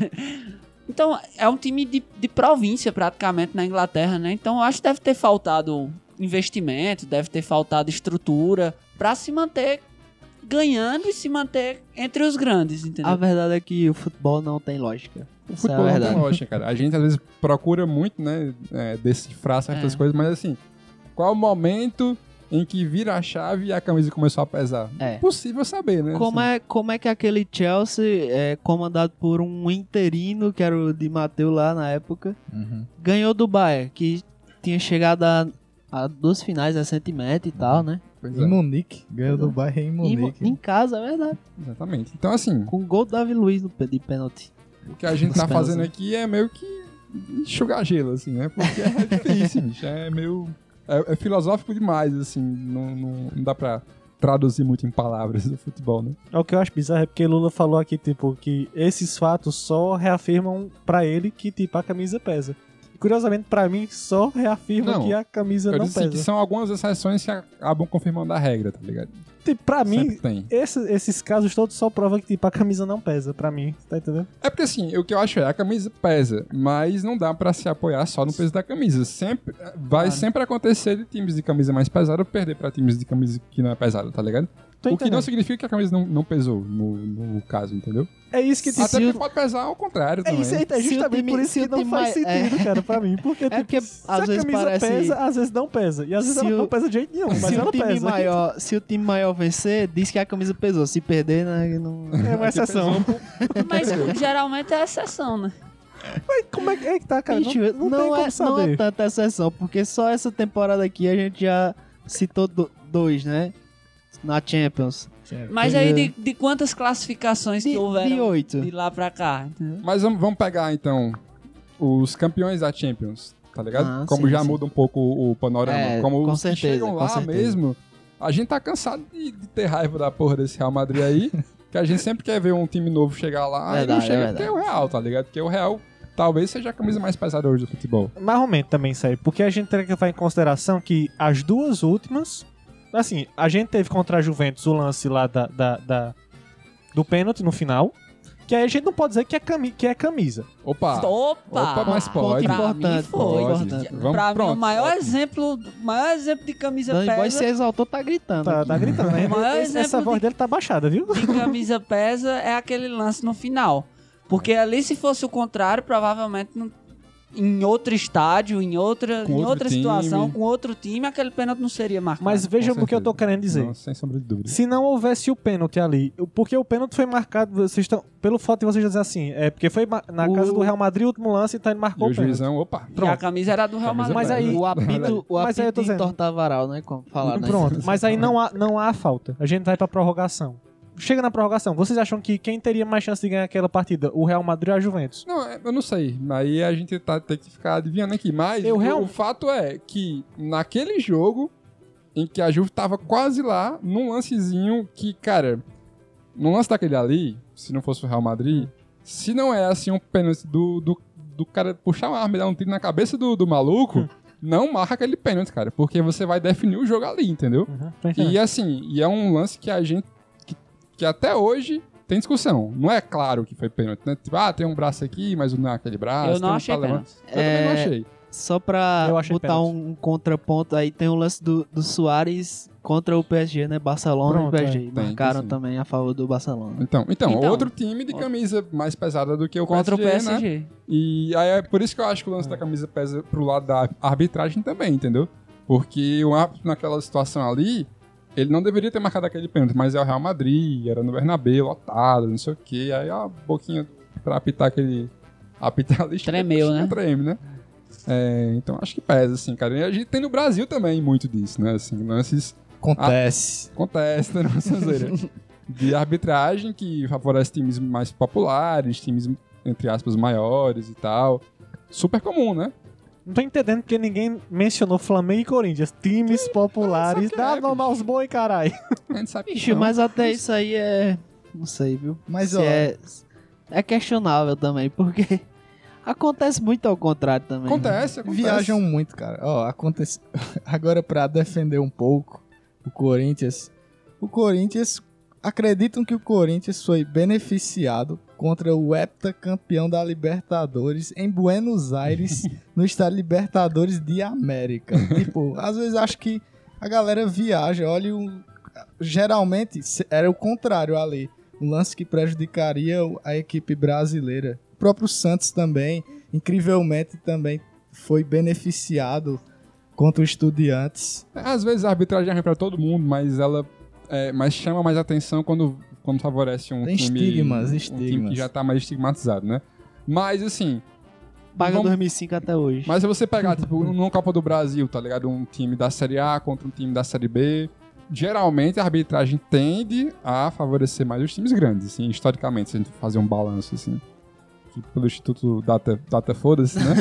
Speaker 8: Então, é um time de, de província praticamente na Inglaterra, né? Então, eu acho que deve ter faltado investimento, deve ter faltado estrutura pra se manter ganhando e se manter entre os grandes, entendeu?
Speaker 2: A verdade é que o futebol não tem lógica.
Speaker 5: O
Speaker 2: Essa é a
Speaker 5: futebol não
Speaker 2: verdade.
Speaker 5: tem lógica, cara. A gente às vezes procura muito, né, é, decifrar certas
Speaker 8: É.
Speaker 5: coisas, mas assim, qual o momento em que vira a chave e a camisa começou a pesar?
Speaker 2: É.
Speaker 5: Impossível saber, né?
Speaker 2: Como
Speaker 5: assim.
Speaker 2: é, como é que aquele Chelsea, é, comandado por um interino, que era o Di Matteo lá na época,
Speaker 7: Uhum.
Speaker 2: ganhou do Bayern, que tinha chegado a, a duas finais recentemente e tal, né?
Speaker 5: Pois
Speaker 7: Em
Speaker 5: é,
Speaker 7: Munique. Ganhou do Bayern em
Speaker 2: Em, Mo-
Speaker 7: Munique.
Speaker 2: em casa, é verdade.
Speaker 5: exatamente. Então, assim,
Speaker 2: Com o gol do Davi Luiz no, pe- de pênalti.
Speaker 5: o que a gente
Speaker 2: Os
Speaker 5: tá
Speaker 2: pênaltis,
Speaker 5: fazendo
Speaker 2: né?
Speaker 5: aqui é meio que enxugar gelo, assim, né? Porque é difícil, bicho. É meio... É, é filosófico demais, assim. Não, não, não dá pra traduzir muito em palavras do futebol, né?
Speaker 6: É o que eu acho bizarro, é porque Lula falou aqui, tipo, que esses fatos só reafirmam pra ele que, tipo, a camisa pesa. curiosamente, pra mim, só reafirma
Speaker 5: Não,
Speaker 6: que a camisa
Speaker 5: Eu
Speaker 6: não
Speaker 5: disse assim,
Speaker 6: pesa.
Speaker 5: que são algumas exceções que acabam confirmando a regra, tá ligado?
Speaker 6: Tipo, pra mim,
Speaker 5: Sempre tem.
Speaker 6: esse- esses casos todos só provam que tipo, a camisa não pesa, pra mim. Tá entendendo?
Speaker 5: É porque assim, o que eu acho é, a camisa pesa, mas não dá pra se apoiar só no peso da camisa. Sempre, vai sempre acontecer de times de camisa mais pesada perder pra times de camisa que não é pesada, tá ligado?
Speaker 6: Tô
Speaker 5: O que
Speaker 6: entendendo.
Speaker 5: não significa que a camisa não, não pesou no, no caso, entendeu?
Speaker 6: É isso que tipo,
Speaker 5: Até
Speaker 6: se
Speaker 5: porque
Speaker 6: o-
Speaker 5: pode pesar ao contrário
Speaker 6: É
Speaker 5: também.
Speaker 6: isso aí, é
Speaker 2: Se o
Speaker 6: justamente
Speaker 2: time-
Speaker 6: por isso
Speaker 2: se
Speaker 6: que
Speaker 2: o
Speaker 6: não
Speaker 2: time
Speaker 6: faz
Speaker 2: mais- é.
Speaker 6: sentido, cara, pra mim. Porque, tipo,
Speaker 2: porque,
Speaker 6: se
Speaker 2: às
Speaker 6: a
Speaker 2: vezes
Speaker 6: camisa
Speaker 2: parece-
Speaker 6: pesa, às vezes não pesa. E às vezes
Speaker 2: Se
Speaker 6: ela
Speaker 2: o-
Speaker 6: não pesa de jeito nenhum, mas
Speaker 2: se,
Speaker 6: ela
Speaker 2: o time
Speaker 6: pesa.
Speaker 2: maior, se o time maior vencer, diz que a camisa pesou. Se perder, né, não...
Speaker 6: É uma exceção.
Speaker 8: Mas geralmente é exceção, né?
Speaker 6: Mas como é que é que tá, cara?
Speaker 2: Ixi,
Speaker 6: não, não, tem
Speaker 2: é,
Speaker 6: como
Speaker 2: não é
Speaker 6: saber.
Speaker 2: tanta exceção, porque só essa temporada aqui a gente já citou do- dois, né? Na Champions.
Speaker 8: Mas aí de, de quantas classificações que
Speaker 2: De,
Speaker 8: houveram
Speaker 2: de oito.
Speaker 8: de lá pra cá, entendeu?
Speaker 5: Mas vamos, vamos pegar então os campeões da Champions, tá ligado?
Speaker 2: Ah,
Speaker 5: Como
Speaker 2: sim,
Speaker 5: já
Speaker 2: sim.
Speaker 5: muda um pouco o, o panorama.
Speaker 2: É,
Speaker 5: Como
Speaker 2: com
Speaker 5: os
Speaker 2: certeza,
Speaker 5: que chegam
Speaker 2: com
Speaker 5: lá
Speaker 2: certeza.
Speaker 5: mesmo, a gente tá cansado de, de ter raiva da porra desse Real Madrid aí, que a gente sempre quer ver um time novo chegar lá
Speaker 2: Verdade,
Speaker 5: e não chega
Speaker 2: é
Speaker 5: porque é
Speaker 2: verdade.
Speaker 5: o Real, tá ligado? Porque o Real talvez seja a camisa mais pesada hoje do futebol.
Speaker 6: Mais ou menos também isso aí. Porque a gente tem que levar em consideração que as duas últimas. Assim, a gente teve contra a Juventus o lance lá da, da, da- do pênalti no final. Que aí a gente não pode dizer que é, cami que é camisa.
Speaker 5: Opa!
Speaker 8: Opa!
Speaker 5: Opa, mas
Speaker 2: Ponto
Speaker 5: pode.
Speaker 8: Pra mim
Speaker 2: importante,
Speaker 8: foi.
Speaker 2: ponto
Speaker 5: Pode.
Speaker 2: importante.
Speaker 5: Vamos,
Speaker 8: pra mim,
Speaker 5: pronto,
Speaker 8: o maior
Speaker 5: ótimo.
Speaker 8: exemplo, o maior exemplo de camisa
Speaker 2: Danny Boy
Speaker 8: pesa,
Speaker 2: se exaltou, tá gritando.
Speaker 6: Tá,
Speaker 2: aqui.
Speaker 6: tá gritando, né?
Speaker 8: O maior
Speaker 6: Esse- Essa
Speaker 8: exemplo
Speaker 6: voz
Speaker 8: de-
Speaker 6: dele tá baixada, viu?
Speaker 8: de camisa pesa é aquele lance no final. Porque ali, se fosse o contrário, provavelmente não- em outro estádio, em outra,
Speaker 5: Com
Speaker 8: em
Speaker 5: outro
Speaker 8: outra
Speaker 5: time.
Speaker 8: situação, com outro time, aquele pênalti não seria marcado.
Speaker 6: Mas veja
Speaker 5: Com
Speaker 6: o que eu tô
Speaker 5: certeza.
Speaker 6: querendo dizer.
Speaker 5: Não, sem sombra de dúvida.
Speaker 6: Se não houvesse o pênalti ali, porque o pênalti foi marcado, vocês estão, pelo fato de vocês dizerem assim, é porque foi ma- na
Speaker 2: O-
Speaker 6: casa do Real Madrid, o último lance, então ele
Speaker 5: E
Speaker 6: marcou
Speaker 5: o
Speaker 6: o pênalti.
Speaker 5: juizão, opa,
Speaker 8: E a
Speaker 5: pronto.
Speaker 8: camisa era do Real Madrid.
Speaker 6: Mas aí-
Speaker 2: O apito, o
Speaker 6: Mas aí eu tô
Speaker 2: apito
Speaker 6: dizendo-
Speaker 2: entortar varal, né? Como falar, né?
Speaker 6: Pronto, mas aí não há, não há falta. A gente vai pra prorrogação. Chega na prorrogação, vocês acham que quem teria mais chance de ganhar aquela partida? O Real Madrid ou a Juventus?
Speaker 5: Não, é, eu não sei. Aí a gente tá, tem que ficar adivinhando aqui. Mas
Speaker 6: Eu
Speaker 5: o,
Speaker 6: real-
Speaker 5: o fato é que naquele jogo em que a Juve tava quase lá, num lancezinho que, cara, no lance daquele ali, se não fosse o Real Madrid, se não é assim um pênalti do, do, do cara puxar uma arma e dar um tiro na cabeça do, do maluco, não marca aquele pênalti, cara. Porque você vai definir o jogo ali, entendeu?
Speaker 6: Tô entendendo.
Speaker 5: E assim, e é um lance que a gente. que, que até hoje tem discussão. Não é claro que foi pênalti, né? Tipo, ah, tem um braço aqui, mas não é aquele braço.
Speaker 8: Eu não
Speaker 5: tem um
Speaker 8: achei
Speaker 5: talão.
Speaker 8: pênalti.
Speaker 5: Eu também não
Speaker 2: É,
Speaker 5: achei.
Speaker 2: Só pra
Speaker 6: Eu achei
Speaker 2: botar
Speaker 6: pênalti.
Speaker 2: um, um contraponto, aí tem o lance do, do Soares contra o P S G, né? Barcelona
Speaker 6: Pronto,
Speaker 2: e P S G.
Speaker 5: é. Tem,
Speaker 2: Marcaram
Speaker 5: tem sim.
Speaker 2: também a favor do Barcelona.
Speaker 5: Então, então,
Speaker 8: Então.
Speaker 5: outro time de camisa mais pesada do que o
Speaker 8: Contra
Speaker 5: P S G,
Speaker 8: o P S G.
Speaker 5: né? E aí é por isso que eu acho que o lance da camisa pesa pro lado da arbitragem também, entendeu? Porque o árbitro naquela situação ali, ele não deveria ter marcado aquele pênalti, mas é o Real Madrid, era no Bernabéu, lotado, não sei o quê. Aí ó, a boquinha pra apitar aquele... Apitar ali...
Speaker 8: Tremeu, né?
Speaker 5: Treme, né? É, então acho que pesa, assim, cara. E a gente tem no Brasil também muito disso, né? Assim, lances...
Speaker 7: Acontece.
Speaker 5: Acontece, né? Sonzeira. De arbitragem que favorece times mais populares, times, entre aspas, maiores e tal. Super comum, né?
Speaker 6: Não tô entendendo porque ninguém mencionou Flamengo e Corinthians. Times populares.
Speaker 5: que
Speaker 6: Dá
Speaker 5: é,
Speaker 6: nome aos boi, caralho.
Speaker 5: A gente sabe que
Speaker 2: Ixi,
Speaker 5: não.
Speaker 2: mas até isso aí é... Não sei, viu?
Speaker 7: Mas,
Speaker 2: Se
Speaker 7: ó,
Speaker 2: é, é questionável também, porque acontece muito ao contrário também.
Speaker 5: Acontece, acontece.
Speaker 7: viajam muito, cara. Ó, acontece. Agora, pra defender um pouco o Corinthians, o Corinthians. Acreditam que o Corinthians foi beneficiado contra o heptacampeão da Libertadores em Buenos Aires, no estádio Libertadores de América. Tipo, às vezes acho que a galera viaja, olha o. Geralmente se- era o contrário ali. Um lance que prejudicaria o- a equipe brasileira. O próprio Santos também, incrivelmente, também foi beneficiado contra o Estudiantes.
Speaker 5: Às vezes a arbitragem é ruim pra todo mundo, mas ela é, mas chama mais atenção quando, quando favorece um
Speaker 7: Tem
Speaker 5: time...
Speaker 7: estigmas,
Speaker 5: um
Speaker 7: estigmas.
Speaker 5: time que já tá mais estigmatizado, né? Mas, assim...
Speaker 2: Paga
Speaker 5: vamos-
Speaker 2: dois mil e cinco até hoje.
Speaker 5: Mas se você pegar, tipo, numa Copa do Brasil, tá ligado? Um time da Série A contra um time da Série B, geralmente a arbitragem tende a favorecer mais os times grandes, assim, historicamente, se a gente for fazer um balanço, assim. Que pelo Instituto Data, Data Foda-se, né?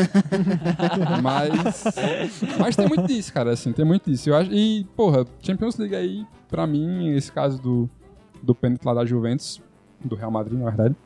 Speaker 5: mas, mas tem muito disso, cara, assim, tem muito disso. Eu acho, e, porra, Champions League aí, pra mim, esse caso do, do pênalti lá da Juventus, do Real Madrid, na verdade,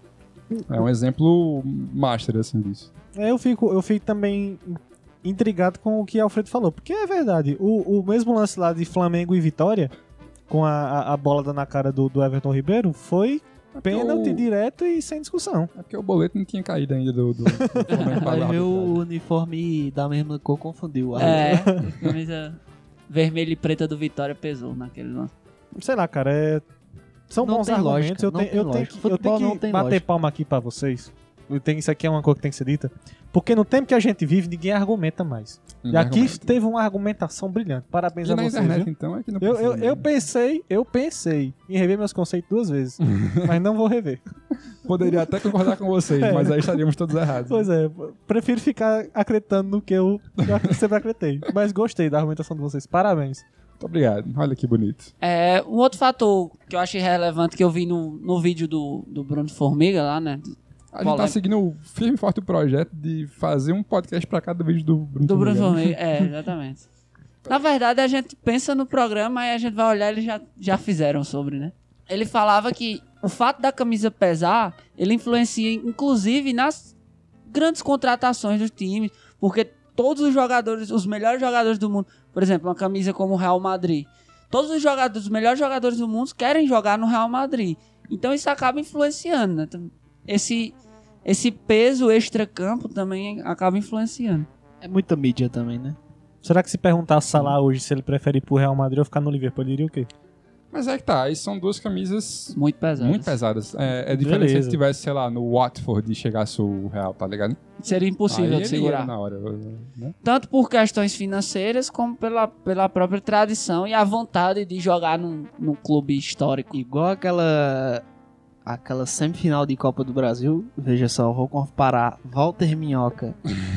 Speaker 5: É um exemplo master, assim, disso.
Speaker 6: É, eu fico, eu fico também intrigado com o que Alfredo falou, porque é verdade, o, o mesmo lance lá de Flamengo e Vitória, com a, a, a bola na cara do, do Everton Ribeiro, foi pênalti
Speaker 5: o-
Speaker 6: direto e sem discussão.
Speaker 5: É porque o boleto não tinha caído ainda do... do, do Flamengo pra
Speaker 2: Aí
Speaker 5: lá,
Speaker 2: veio o
Speaker 5: arbitragem.
Speaker 2: uniforme da mesma cor, confundiu. Aí,
Speaker 8: É, camisa vermelha e preta do Vitória pesou naquele lance.
Speaker 6: Sei lá, cara, é... são
Speaker 2: Não
Speaker 6: bons
Speaker 2: tem
Speaker 6: argumentos.
Speaker 2: lógica,
Speaker 6: eu
Speaker 2: não
Speaker 6: tenho,
Speaker 2: tem
Speaker 6: eu tenho
Speaker 2: lógica.
Speaker 6: que, eu
Speaker 2: Futebol
Speaker 6: tenho
Speaker 2: não
Speaker 6: que
Speaker 2: tem
Speaker 6: bater
Speaker 2: lógica.
Speaker 6: palma aqui pra vocês. Eu tenho, isso aqui é uma coisa que tem que ser dita. Porque no tempo que a gente vive, ninguém argumenta mais. E
Speaker 5: Ninguém
Speaker 6: aqui
Speaker 5: argumenta.
Speaker 6: teve uma argumentação brilhante. Parabéns
Speaker 5: E
Speaker 6: a
Speaker 5: na
Speaker 6: vocês,
Speaker 5: internet,
Speaker 6: viu?
Speaker 5: então, é que não
Speaker 6: Eu,
Speaker 5: precisa
Speaker 6: eu, eu
Speaker 5: mesmo.
Speaker 6: pensei, eu pensei em rever meus conceitos duas vezes. Mas não vou rever.
Speaker 5: Poderia até concordar com vocês,
Speaker 6: É.
Speaker 5: mas aí estaríamos todos errados.
Speaker 6: Pois é, prefiro ficar acreditando no que eu já sempre acreditei. Mas gostei da argumentação de vocês. Parabéns.
Speaker 5: Muito obrigado. Olha que bonito.
Speaker 8: É, um outro fator que eu achei relevante que eu vi no, no vídeo do, do Bruno Formiga lá, né?
Speaker 5: A gente tá
Speaker 8: Polêmica.
Speaker 5: seguindo firme e forte o projeto de fazer um podcast pra cada vídeo do Bruno
Speaker 8: Do Bruno
Speaker 5: Formiga.
Speaker 8: Formiga, é, exatamente. Na verdade, a gente pensa no programa e a gente vai olhar, eles já, já fizeram sobre, né? Ele falava que o fato da camisa pesar, ele influencia, inclusive, nas grandes contratações do time, porque todos os jogadores, os melhores jogadores do mundo, por exemplo, uma camisa como o Real Madrid, todos os jogadores, os melhores jogadores do mundo querem jogar no Real Madrid. Então isso acaba influenciando, né? Esse, esse peso extra-campo também acaba influenciando.
Speaker 2: É muita mídia também, né?
Speaker 6: Será que se perguntar a Salah hoje se ele prefere ir pro Real Madrid ou ficar no Liverpool, ele diria o quê?
Speaker 5: Mas é que tá, aí são duas camisas
Speaker 8: Muito pesado.
Speaker 5: muito pesadas. É, é diferente
Speaker 6: Beleza.
Speaker 5: se tivesse, sei lá, no Watford e chegasse o Real, tá ligado?
Speaker 8: Seria impossível
Speaker 5: Aí
Speaker 8: de
Speaker 5: ele
Speaker 8: segurar.
Speaker 5: ia na hora, né?
Speaker 8: Tanto por questões financeiras, como pela, pela própria tradição e a vontade de jogar num, num clube histórico.
Speaker 2: Igual aquela aquela semifinal de Copa do Brasil. Veja só, eu vou comparar Walter Minhoca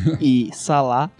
Speaker 2: e Salah.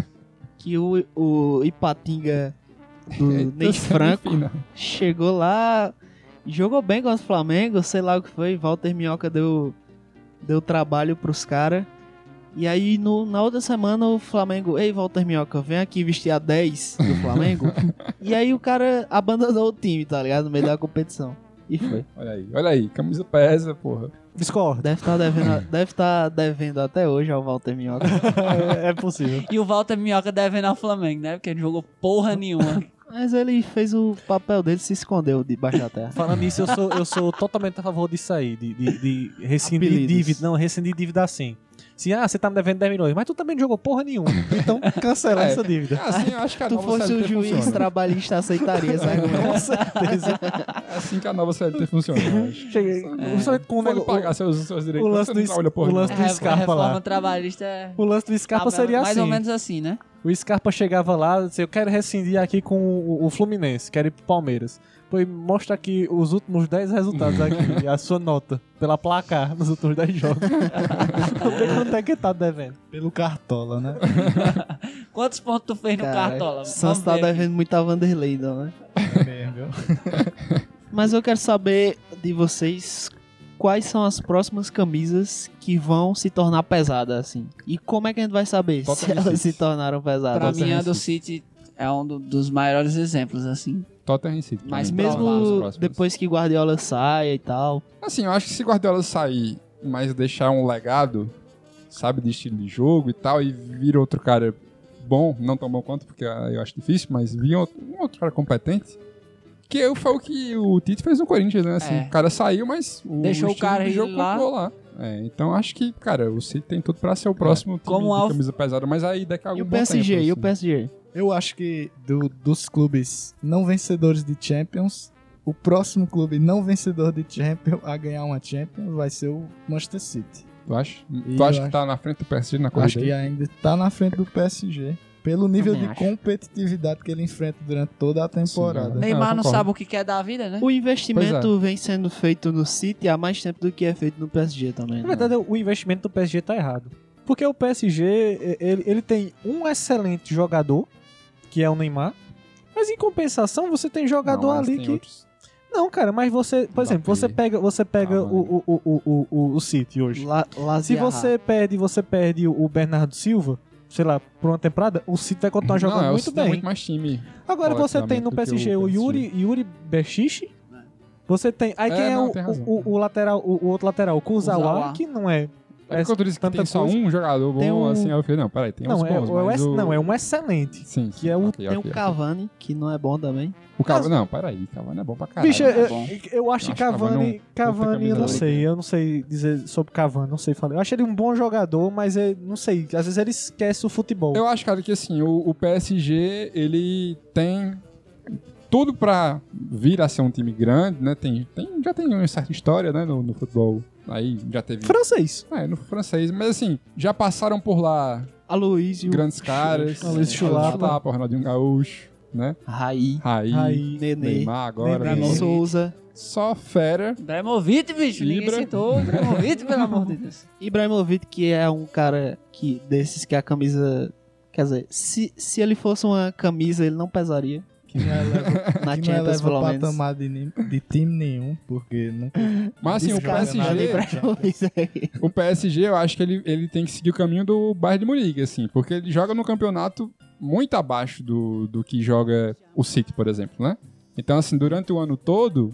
Speaker 2: Que o, o Ipatinga do Ney Franco
Speaker 5: Semifinal.
Speaker 2: chegou lá, jogou bem contra o Flamengo, sei lá o que foi. Walter Minhoca deu, deu trabalho pros caras. E aí no, na outra semana o Flamengo, ei Walter Minhoca, vem aqui vestir a dez do Flamengo. E aí o cara abandonou o time, tá ligado? No meio da competição. E foi.
Speaker 5: Olha aí, olha aí, camisa pesa, porra.
Speaker 6: Discordo.
Speaker 2: Deve estar devendo, deve tá devendo até hoje ao Walter Minhoca.
Speaker 6: é, é possível.
Speaker 8: E o Walter Minhoca devendo ao Flamengo, né? Porque ele não jogou porra nenhuma.
Speaker 2: Mas ele fez o papel dele, se escondeu debaixo da terra.
Speaker 6: Falando nisso, eu sou, eu sou totalmente a favor disso aí, de, de, de rescindir
Speaker 2: Apelidos.
Speaker 6: dívida. Não, rescindir dívida assim. Se, ah, você tá me devendo dez milhões, mas tu também não jogou porra nenhuma. Então cancela
Speaker 5: É.
Speaker 6: essa dívida.
Speaker 5: Assim, eu acho que a
Speaker 2: Se tu
Speaker 5: nova
Speaker 2: fosse
Speaker 5: C L
Speaker 2: o
Speaker 5: T
Speaker 2: juiz
Speaker 5: funciona.
Speaker 2: trabalhista, aceitaria esse argumento.
Speaker 6: Com certeza.
Speaker 5: É assim que a nova C L T funciona, eu acho.
Speaker 6: Cheguei. Principalmente com o
Speaker 5: Pode
Speaker 6: negócio.
Speaker 5: pagar seus, seus direitos,
Speaker 6: o lance
Speaker 5: você
Speaker 6: do
Speaker 5: não
Speaker 6: es-
Speaker 5: trabalha porra
Speaker 6: o lance
Speaker 5: nenhuma.
Speaker 6: do Scarpa
Speaker 8: reforma
Speaker 6: lá.
Speaker 8: trabalhista é
Speaker 6: O lance do Scarpa
Speaker 8: ah,
Speaker 6: seria
Speaker 8: mais
Speaker 6: assim.
Speaker 8: ou menos assim, né?
Speaker 6: O Scarpa chegava lá e disse, eu quero rescindir aqui com o, o Fluminense, quero ir pro Palmeiras. Pois mostra aqui os últimos dez resultados aqui, a sua nota, pela placar nos últimos dez jogos. Vamos ver quanto é que tá devendo.
Speaker 7: Pelo Cartola, né?
Speaker 8: Quantos pontos tu fez no
Speaker 2: Cara,
Speaker 8: Cartola?
Speaker 2: Santos tá
Speaker 8: ver aqui.
Speaker 2: devendo muito a Vanderlei, não, né?
Speaker 7: É mesmo, viu?
Speaker 2: Mas eu quero saber de vocês quais são as próximas camisas que vão se tornar pesadas, assim. E como é que a gente vai saber
Speaker 5: Tottenham
Speaker 2: se elas
Speaker 5: City.
Speaker 2: se tornaram pesadas?
Speaker 8: Pra
Speaker 5: Tottenham
Speaker 8: mim, a do
Speaker 5: City.
Speaker 8: City é um do- dos maiores exemplos, assim.
Speaker 5: Tottenham City.
Speaker 8: Mas
Speaker 5: pra mim,
Speaker 2: Mesmo
Speaker 5: os próximos.
Speaker 2: depois que Guardiola saia e tal.
Speaker 5: Assim, eu acho que se Guardiola sair, mas deixar um legado, sabe, de estilo de jogo e tal, e vir outro cara bom, não tão bom quanto, porque ah, eu acho difícil, mas vir outro, um outro cara competente, que eu- foi o que o Tite fez no Corinthians, né? Assim,
Speaker 8: É.
Speaker 5: o cara saiu, mas o
Speaker 8: Deixou o
Speaker 5: estilo
Speaker 8: cara
Speaker 5: de
Speaker 8: ir
Speaker 5: jogo
Speaker 8: lá.
Speaker 5: continuou lá. É, então acho que, cara, o City tem tudo pra ser o próximo time
Speaker 8: Como
Speaker 5: de
Speaker 8: Alf-
Speaker 5: camisa pesada, mas aí daqui a algum
Speaker 2: E o
Speaker 5: bom
Speaker 2: P S G?
Speaker 5: tempo,
Speaker 2: E o
Speaker 5: assim.
Speaker 2: P S G?
Speaker 7: Eu acho que do- dos clubes não vencedores de Champions, o próximo clube não vencedor de Champions a ganhar uma Champions vai ser o Manchester City.
Speaker 5: Tu acha?
Speaker 7: E
Speaker 5: Tu acha
Speaker 7: eu
Speaker 5: que tá na frente do P S G na
Speaker 7: Acho
Speaker 5: corrida
Speaker 7: que
Speaker 5: aí?
Speaker 7: ainda tá na frente do P S G. Pelo nível
Speaker 2: Também
Speaker 7: de
Speaker 2: acho.
Speaker 7: competitividade que ele enfrenta durante toda a temporada.
Speaker 5: Sim,
Speaker 8: Neymar
Speaker 5: eu
Speaker 8: não
Speaker 5: concordo.
Speaker 8: sabe o que quer da vida, né?
Speaker 2: O investimento
Speaker 5: Pois
Speaker 2: vem sendo feito no City há mais tempo do que é feito no P S G também.
Speaker 6: Na
Speaker 2: né?
Speaker 6: verdade, o investimento do P S G tá errado. Porque o P S G, ele, ele tem um excelente jogador, que é o Neymar, mas em compensação você tem jogador
Speaker 5: Não, mas
Speaker 6: ali
Speaker 5: tem
Speaker 6: que...
Speaker 5: outros.
Speaker 6: Não, cara, mas você, por exemplo, você pega, você pega
Speaker 5: Ah,
Speaker 6: o, o, o, o, o, o City hoje.
Speaker 2: La,
Speaker 6: Se
Speaker 2: Laziarra.
Speaker 6: você perde, você perde o Bernardo Silva, sei lá, por uma temporada, o City vai continuar jogando
Speaker 5: Não, é, o
Speaker 6: muito
Speaker 5: City tem
Speaker 6: bem.
Speaker 5: muito mais time.
Speaker 6: Agora você tem no
Speaker 5: coletivamente, do que
Speaker 6: P S G
Speaker 5: o
Speaker 6: o
Speaker 5: P S G.
Speaker 6: Yuri, Yuri Berchiche, Você tem. Aí
Speaker 5: É,
Speaker 6: quem é
Speaker 5: não,
Speaker 6: o,
Speaker 5: tem razão.
Speaker 6: o, o lateral, o, o outro lateral? O Kurzawa,
Speaker 8: Kurzawa.
Speaker 6: que não é.
Speaker 5: É quando tu disse que
Speaker 6: tanta
Speaker 5: tem só
Speaker 6: coisa.
Speaker 5: um jogador bom,
Speaker 2: Tem um-
Speaker 5: assim, aí eu falei, não, peraí, tem uns
Speaker 6: Não, é,
Speaker 5: bons,
Speaker 6: o- é,
Speaker 5: mas
Speaker 6: o-
Speaker 5: o...
Speaker 6: não, é um excelente.
Speaker 5: Sim,
Speaker 6: que é o-
Speaker 5: ok,
Speaker 2: Tem
Speaker 5: ok,
Speaker 2: o
Speaker 5: ok.
Speaker 2: Cavani, que não é bom também.
Speaker 5: O Cavani, não, peraí, Cavani é bom pra caralho.
Speaker 6: Bicho,
Speaker 8: é
Speaker 6: eu,
Speaker 8: bom.
Speaker 6: eu acho que
Speaker 5: Eu acho Cavani
Speaker 6: Cavani.
Speaker 5: um puta
Speaker 6: Cavani,
Speaker 5: camisa
Speaker 6: eu não
Speaker 5: legal.
Speaker 6: sei. Eu não sei dizer sobre Cavani, não sei falar. Eu acho ele um bom jogador, mas eu não sei. Às vezes ele esquece o futebol.
Speaker 5: Eu acho, cara, que assim, o, o P S G, ele tem tudo pra vir a ser um time grande, né? Tem, tem, já tem uma certa história, né, no, no futebol. Aí já teve...
Speaker 6: Francês.
Speaker 5: É, no francês. Mas assim, já passaram por lá
Speaker 2: Aloysio,
Speaker 5: grandes caras.
Speaker 6: Aloysio Chulapa.
Speaker 5: Ronaldinho Gaúcho, né?
Speaker 2: Raí,
Speaker 5: Raí,
Speaker 6: Aí,
Speaker 2: Nenê,
Speaker 5: Neymar agora.
Speaker 6: Nenê.
Speaker 5: né?
Speaker 2: Souza.
Speaker 5: Só fera.
Speaker 8: Ibrahimovic, bicho. Ninguém
Speaker 5: Ibra.
Speaker 8: citou o Ibrahimovic, pelo amor de Deus.
Speaker 2: Ibrahimovic, que é um cara que desses que a camisa... Quer dizer, se, se ele fosse uma camisa, ele não pesaria.
Speaker 7: Que não eleva,
Speaker 2: Na
Speaker 7: que não
Speaker 2: Champions,
Speaker 7: eleva
Speaker 2: pelo menos.
Speaker 7: patamar de, nim- de time nenhum, porque nunca
Speaker 5: Mas assim, o
Speaker 7: Joga
Speaker 5: PSG...
Speaker 7: nada,
Speaker 2: Ibrahimovic.
Speaker 5: O P S G, eu acho que ele, ele tem que seguir o caminho do Bayern de Munique, assim, porque ele joga no campeonato muito abaixo do, do que joga o City, por exemplo, né? Então, assim, durante o ano todo,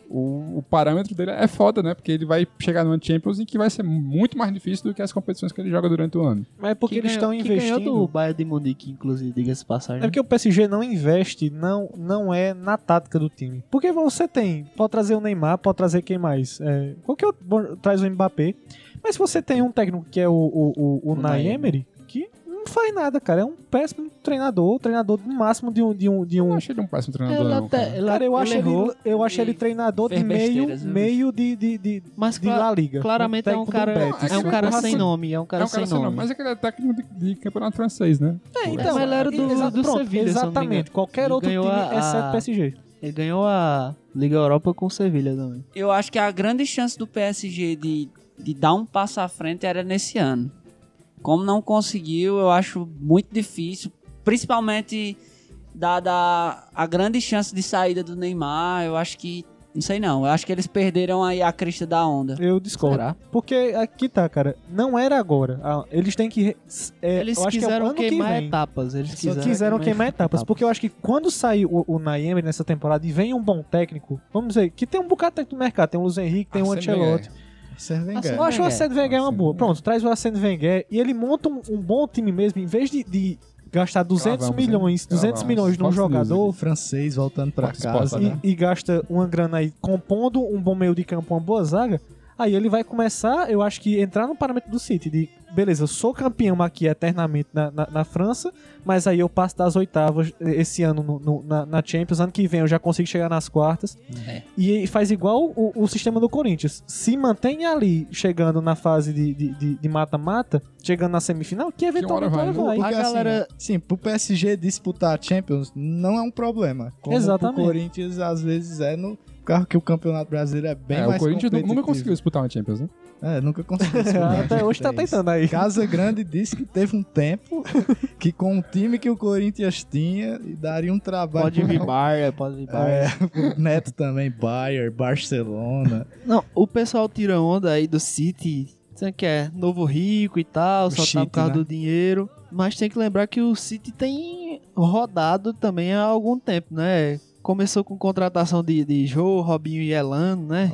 Speaker 5: o, o parâmetro dele é foda, né? Porque ele vai chegar no Champions em que vai ser muito mais difícil do que as competições que ele joga durante o ano.
Speaker 6: Mas é porque
Speaker 2: Que
Speaker 6: eles estão
Speaker 2: ganhou- que ganhou
Speaker 6: investindo.
Speaker 2: do Bayern de Munique, inclusive, diga-se de passagem.
Speaker 6: É porque o P S G não investe, não, não é na tática do time. Porque você tem, pode trazer o Neymar, pode trazer quem mais? É, qualquer outro, bom, traz o Mbappé. Mas se você tem um técnico que é o, o, o, o Unai Emery, que não faz nada, cara. É um péssimo treinador, treinador no máximo de um... De um, de
Speaker 5: Eu
Speaker 6: um
Speaker 5: não achei ele um péssimo treinador,
Speaker 2: Ele
Speaker 5: não.
Speaker 2: até-
Speaker 5: Cara.
Speaker 2: ele-
Speaker 6: cara, eu acho,
Speaker 2: ele
Speaker 6: ele,
Speaker 2: errou.
Speaker 6: eu acho ele
Speaker 8: Ele
Speaker 6: treinador de
Speaker 8: fez
Speaker 6: meio,
Speaker 8: besteiras, viu,
Speaker 6: meio de, de, de,
Speaker 2: Mas
Speaker 6: de
Speaker 2: cla-
Speaker 6: La Liga.
Speaker 2: claramente é um
Speaker 6: técnico do
Speaker 2: cara,
Speaker 6: Betis.
Speaker 2: é um cara
Speaker 5: Raça-
Speaker 2: sem nome, é um cara
Speaker 5: é um cara
Speaker 2: sem nome.
Speaker 5: Mas é que ele é técnico de, de campeonato francês, né?
Speaker 6: É,
Speaker 2: Mas ele era do-
Speaker 6: exa-
Speaker 2: do
Speaker 6: pronto,
Speaker 2: Sevilha, se eu não me
Speaker 6: exatamente.
Speaker 2: engano.
Speaker 6: Qualquer
Speaker 2: Ele
Speaker 6: outro time,
Speaker 2: ganhou a-
Speaker 6: exceto
Speaker 2: a-
Speaker 6: o P S G.
Speaker 2: Ele ganhou a Liga Europa com o Sevilha também.
Speaker 8: Eu acho que a grande chance do P S G de, de dar um passo à frente era nesse ano. Como não conseguiu, eu acho muito difícil. Principalmente dada a grande chance de saída do Neymar, eu acho que... Não sei não, eu acho que eles perderam aí a crista da onda.
Speaker 6: Eu discordo.
Speaker 2: Será?
Speaker 6: Porque aqui tá, cara. Não era agora. Ah, Eles têm que. é,
Speaker 2: Eles
Speaker 6: eu acho que é o
Speaker 2: quiseram
Speaker 6: ano que
Speaker 2: queimar
Speaker 6: vem.
Speaker 2: etapas. Eles
Speaker 6: Só
Speaker 2: quiseram,
Speaker 6: quiseram queimar etapas. Porque eu acho que quando sair o, o Naemer nessa temporada e vem um bom técnico, vamos dizer, que tem um bocado de técnico no mercado, tem o Luiz Henrique, tem o
Speaker 5: Arsene
Speaker 6: Ancelotti.
Speaker 7: Arsene Wenger.
Speaker 6: Eu acho que o Arsene Wenger é uma
Speaker 5: Arsene
Speaker 6: boa.
Speaker 5: Wenger.
Speaker 6: Pronto, traz o Arsene Wenger e ele monta um, um bom time mesmo, em vez de, de gastar duzentos
Speaker 5: Cravamos, hein?
Speaker 6: milhões, duzentos
Speaker 5: Cravamos.
Speaker 6: milhões num
Speaker 5: Fox News
Speaker 6: jogador.
Speaker 7: Francês voltando pra
Speaker 5: Fox
Speaker 7: casa,
Speaker 5: Sports,
Speaker 7: né?
Speaker 6: e, e gasta uma grana aí compondo um bom meio de campo, uma boa zaga, aí ele vai começar, eu acho que, entrar no parâmetro do City, de beleza, eu sou campeão aqui eternamente na, na, na França, mas aí eu passo das oitavas esse ano no, no- na, na Champions, ano que vem eu já consigo chegar nas quartas,
Speaker 8: É.
Speaker 6: e faz igual o, o sistema do Corinthians, se mantém ali, chegando na fase de de- de- de mata-mata, chegando na semifinal, que eventualmente
Speaker 5: hora
Speaker 6: vai,
Speaker 5: vai,
Speaker 6: vai.
Speaker 7: Porque,
Speaker 2: A galera-
Speaker 7: assim, sim, pro P S G disputar a Champions não é um problema. Como
Speaker 6: Exatamente.
Speaker 7: pro Corinthians, às vezes, é no carro que o Campeonato Brasileiro é bem
Speaker 5: É,
Speaker 7: mais
Speaker 5: o Corinthians nu- nunca
Speaker 7: competitivo.
Speaker 5: conseguiu disputar uma Champions, né?
Speaker 7: É, nunca conseguiu. disputar.
Speaker 6: Até hoje tá
Speaker 7: É isso.
Speaker 6: tentando aí.
Speaker 7: Casa Grande disse que teve um tempo que com o time que o Corinthians tinha, daria um trabalho.
Speaker 2: Pode vir Bayern, pode vir Bayern.
Speaker 7: É, o Neto também, Bayern, Barcelona.
Speaker 2: Não, o pessoal tira onda aí do City, dizendo que é novo rico e tal,
Speaker 7: O
Speaker 2: só tá
Speaker 7: City,
Speaker 2: por causa
Speaker 7: né?
Speaker 2: do dinheiro. Mas tem que lembrar que o City tem rodado também há algum tempo, né? Começou com contratação de, de Jô, Robinho e Elano, né?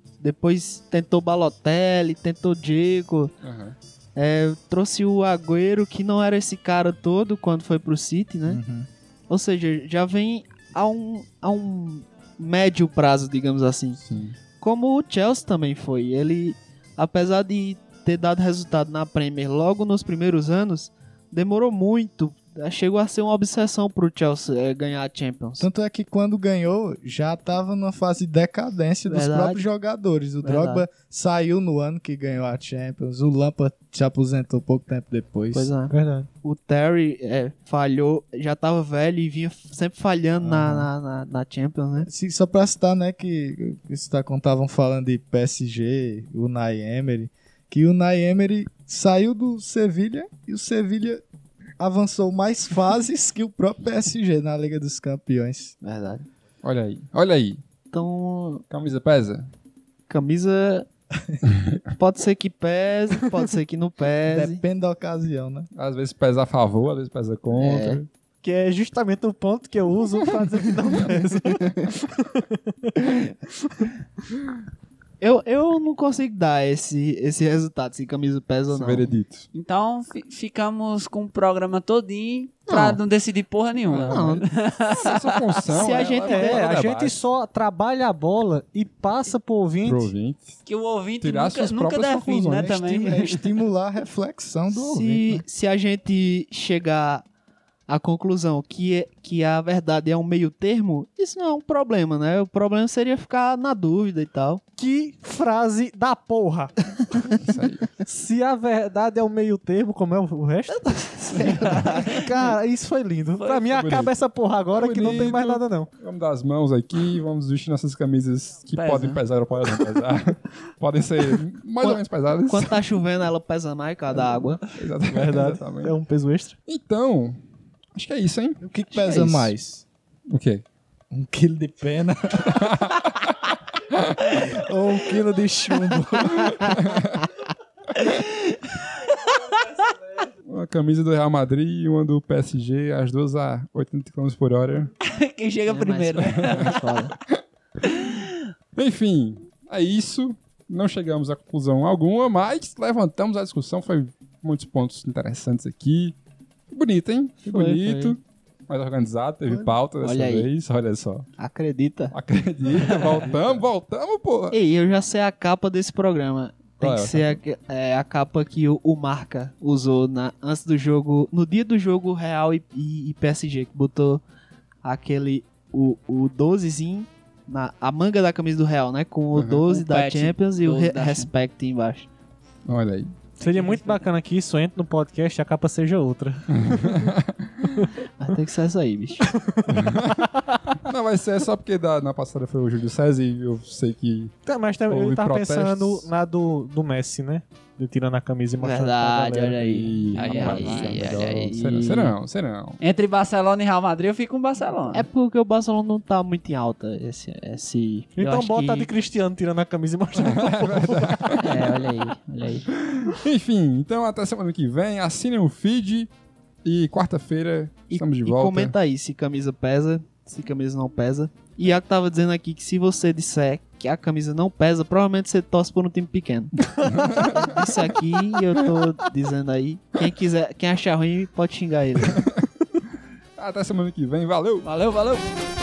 Speaker 2: Depois tentou Balotelli, tentou Diego.
Speaker 5: Aham.
Speaker 2: É, trouxe o Agüero, que não era esse cara todo quando foi pro City, né?
Speaker 7: Uhum.
Speaker 2: Ou seja, já vem a um, a um médio prazo, digamos assim.
Speaker 5: Sim.
Speaker 2: Como o Chelsea também foi. Ele, apesar de ter dado resultado na Premier logo nos primeiros anos, demorou muito. Chegou a ser uma obsessão pro Chelsea é, ganhar a Champions.
Speaker 7: Tanto é que quando ganhou, já tava numa fase de decadência dos
Speaker 2: Verdade.
Speaker 7: próprios jogadores. O
Speaker 2: Verdade.
Speaker 7: Drogba saiu no ano que ganhou a Champions. O Lampard se aposentou pouco tempo depois.
Speaker 2: Pois é.
Speaker 6: Verdade.
Speaker 2: O Terry é, falhou, já tava velho e vinha sempre falhando na,
Speaker 7: Aham.
Speaker 2: na, na, na Champions, né?
Speaker 7: Se- Só pra citar, né, que estavam falando de P S G, o Unai Emery, que o Unai Emery saiu do Sevilha e o Sevilha avançou mais fases que o próprio P S G na Liga dos Campeões.
Speaker 2: Verdade.
Speaker 5: Olha aí, olha aí.
Speaker 2: Então,
Speaker 5: Camisa pesa?
Speaker 2: camisa pode ser que pese, pode ser que não pese.
Speaker 7: Depende da ocasião, né?
Speaker 5: Às vezes pesa a favor, às vezes pesa contra.
Speaker 6: Que é justamente o ponto que eu uso pra dizer que não pesa.
Speaker 2: Eu, eu não consigo dar esse, esse resultado, se camisa pesa ou
Speaker 5: Esse
Speaker 2: não.
Speaker 5: veredito.
Speaker 8: Então fi- ficamos com o programa todinho pra
Speaker 2: Não.
Speaker 8: não decidir porra nenhuma.
Speaker 2: Não,
Speaker 5: Essa função
Speaker 2: Se a
Speaker 5: ela
Speaker 2: gente-
Speaker 5: é
Speaker 6: É, a
Speaker 5: para
Speaker 6: gente
Speaker 5: debate.
Speaker 6: só trabalha a bola e passa pro ouvinte.
Speaker 5: Pro ouvinte.
Speaker 8: Que o ouvinte
Speaker 5: Tirar
Speaker 8: nunca,
Speaker 5: suas
Speaker 8: nunca
Speaker 5: próprias
Speaker 8: define, né,
Speaker 5: conclusões.
Speaker 8: também.
Speaker 7: É estimular a reflexão do ouvinte.
Speaker 2: se,
Speaker 7: né?
Speaker 2: se a gente chegar à conclusão que, é, que a verdade é um meio termo, isso não é um problema, né? O problema seria ficar na dúvida e tal.
Speaker 6: Que frase da porra!
Speaker 5: Isso aí.
Speaker 6: Se a verdade é o meio termo, como é o resto? Cara, isso foi lindo. pra mim, acaba
Speaker 5: bonito.
Speaker 6: essa porra agora
Speaker 5: Foi
Speaker 6: que não tem mais
Speaker 5: bonito.
Speaker 6: nada, não.
Speaker 5: Vamos dar as mãos aqui, vamos vestir nossas camisas que
Speaker 8: Pesa.
Speaker 5: podem pesar ou podem não pesar. Podem ser mais ou menos pesadas.
Speaker 2: Quando tá chovendo, ela pesa mais por causa da água.
Speaker 5: Exatamente.
Speaker 6: Verdade.
Speaker 5: Exatamente.
Speaker 6: É um peso extra.
Speaker 5: Então, acho que é isso, hein?
Speaker 7: O que, que
Speaker 5: Acho
Speaker 7: pesa
Speaker 5: é isso.
Speaker 7: mais?
Speaker 5: O quê?
Speaker 7: Um quilo de pena? Ou um quilo de chumbo?
Speaker 5: Uma camisa do Real Madrid e uma do P S G, as duas a oitenta quilômetros por hora.
Speaker 8: Quem chega
Speaker 2: É mais-
Speaker 8: primeiro.
Speaker 2: é mais foda.
Speaker 5: Enfim, é isso. Não chegamos a conclusão alguma, mas levantamos a discussão. Foi muitos pontos interessantes aqui. Bonito, hein? Que
Speaker 2: Foi,
Speaker 5: bonito. Mais organizado, teve pauta dessa
Speaker 2: Olha aí.
Speaker 5: vez. Olha só.
Speaker 2: Acredita?
Speaker 5: Acredita, voltamos, voltamos, porra.
Speaker 2: Ei, eu já sei a capa desse programa. Tem
Speaker 5: Qual
Speaker 2: que
Speaker 5: é a
Speaker 2: ser a, é, a capa que o, o Marca usou na, antes do jogo, no dia do jogo Real e, e, e P S G, que botou aquele, o, o dozezinho, na, a manga da camisa do Real, né? Com o
Speaker 5: Uhum.
Speaker 2: doze
Speaker 8: O
Speaker 2: da
Speaker 8: patch,
Speaker 2: Champions e o
Speaker 8: doze
Speaker 2: re,
Speaker 8: da
Speaker 2: Respect embaixo.
Speaker 5: Olha aí.
Speaker 6: Seria muito bacana que isso entre no podcast e a capa seja outra.
Speaker 2: Mas tem que ser essa aí, bicho.
Speaker 5: Não, vai ser só porque da, na passada foi o Júlio César e eu sei que...
Speaker 6: Tá, mas também
Speaker 5: Houve
Speaker 6: eu tava
Speaker 5: protestos.
Speaker 6: pensando na do, do Messi, né? De tirando a camisa e mostrando
Speaker 2: Verdade,
Speaker 6: pra galera.
Speaker 2: olha aí.
Speaker 5: Ih,
Speaker 2: Ai,
Speaker 5: rapaz,
Speaker 2: ai,
Speaker 5: será
Speaker 2: ai, ai.
Speaker 5: Será, será, será.
Speaker 8: Entre Barcelona e Real Madrid, eu fico com Barcelona.
Speaker 2: É porque o Barcelona não tá muito em alta, esse... esse eu
Speaker 6: Então
Speaker 2: acho
Speaker 6: bota a
Speaker 2: que...
Speaker 6: de Cristiano tirando a camisa e mostrando pra povo.
Speaker 2: É, olha aí, olha aí.
Speaker 5: Enfim, então até semana que vem. Assinem o feed e quarta-feira
Speaker 2: E,
Speaker 5: estamos de
Speaker 2: e
Speaker 5: volta.
Speaker 2: comenta aí se camisa pesa, se camisa não pesa. E Iago tava dizendo aqui que se você disser que a camisa não pesa, provavelmente você torce por um time pequeno. Eu disse aqui e eu tô dizendo aí. Quem quiser, quem achar ruim, pode xingar ele.
Speaker 5: Até semana que vem. Valeu!
Speaker 8: Valeu, valeu.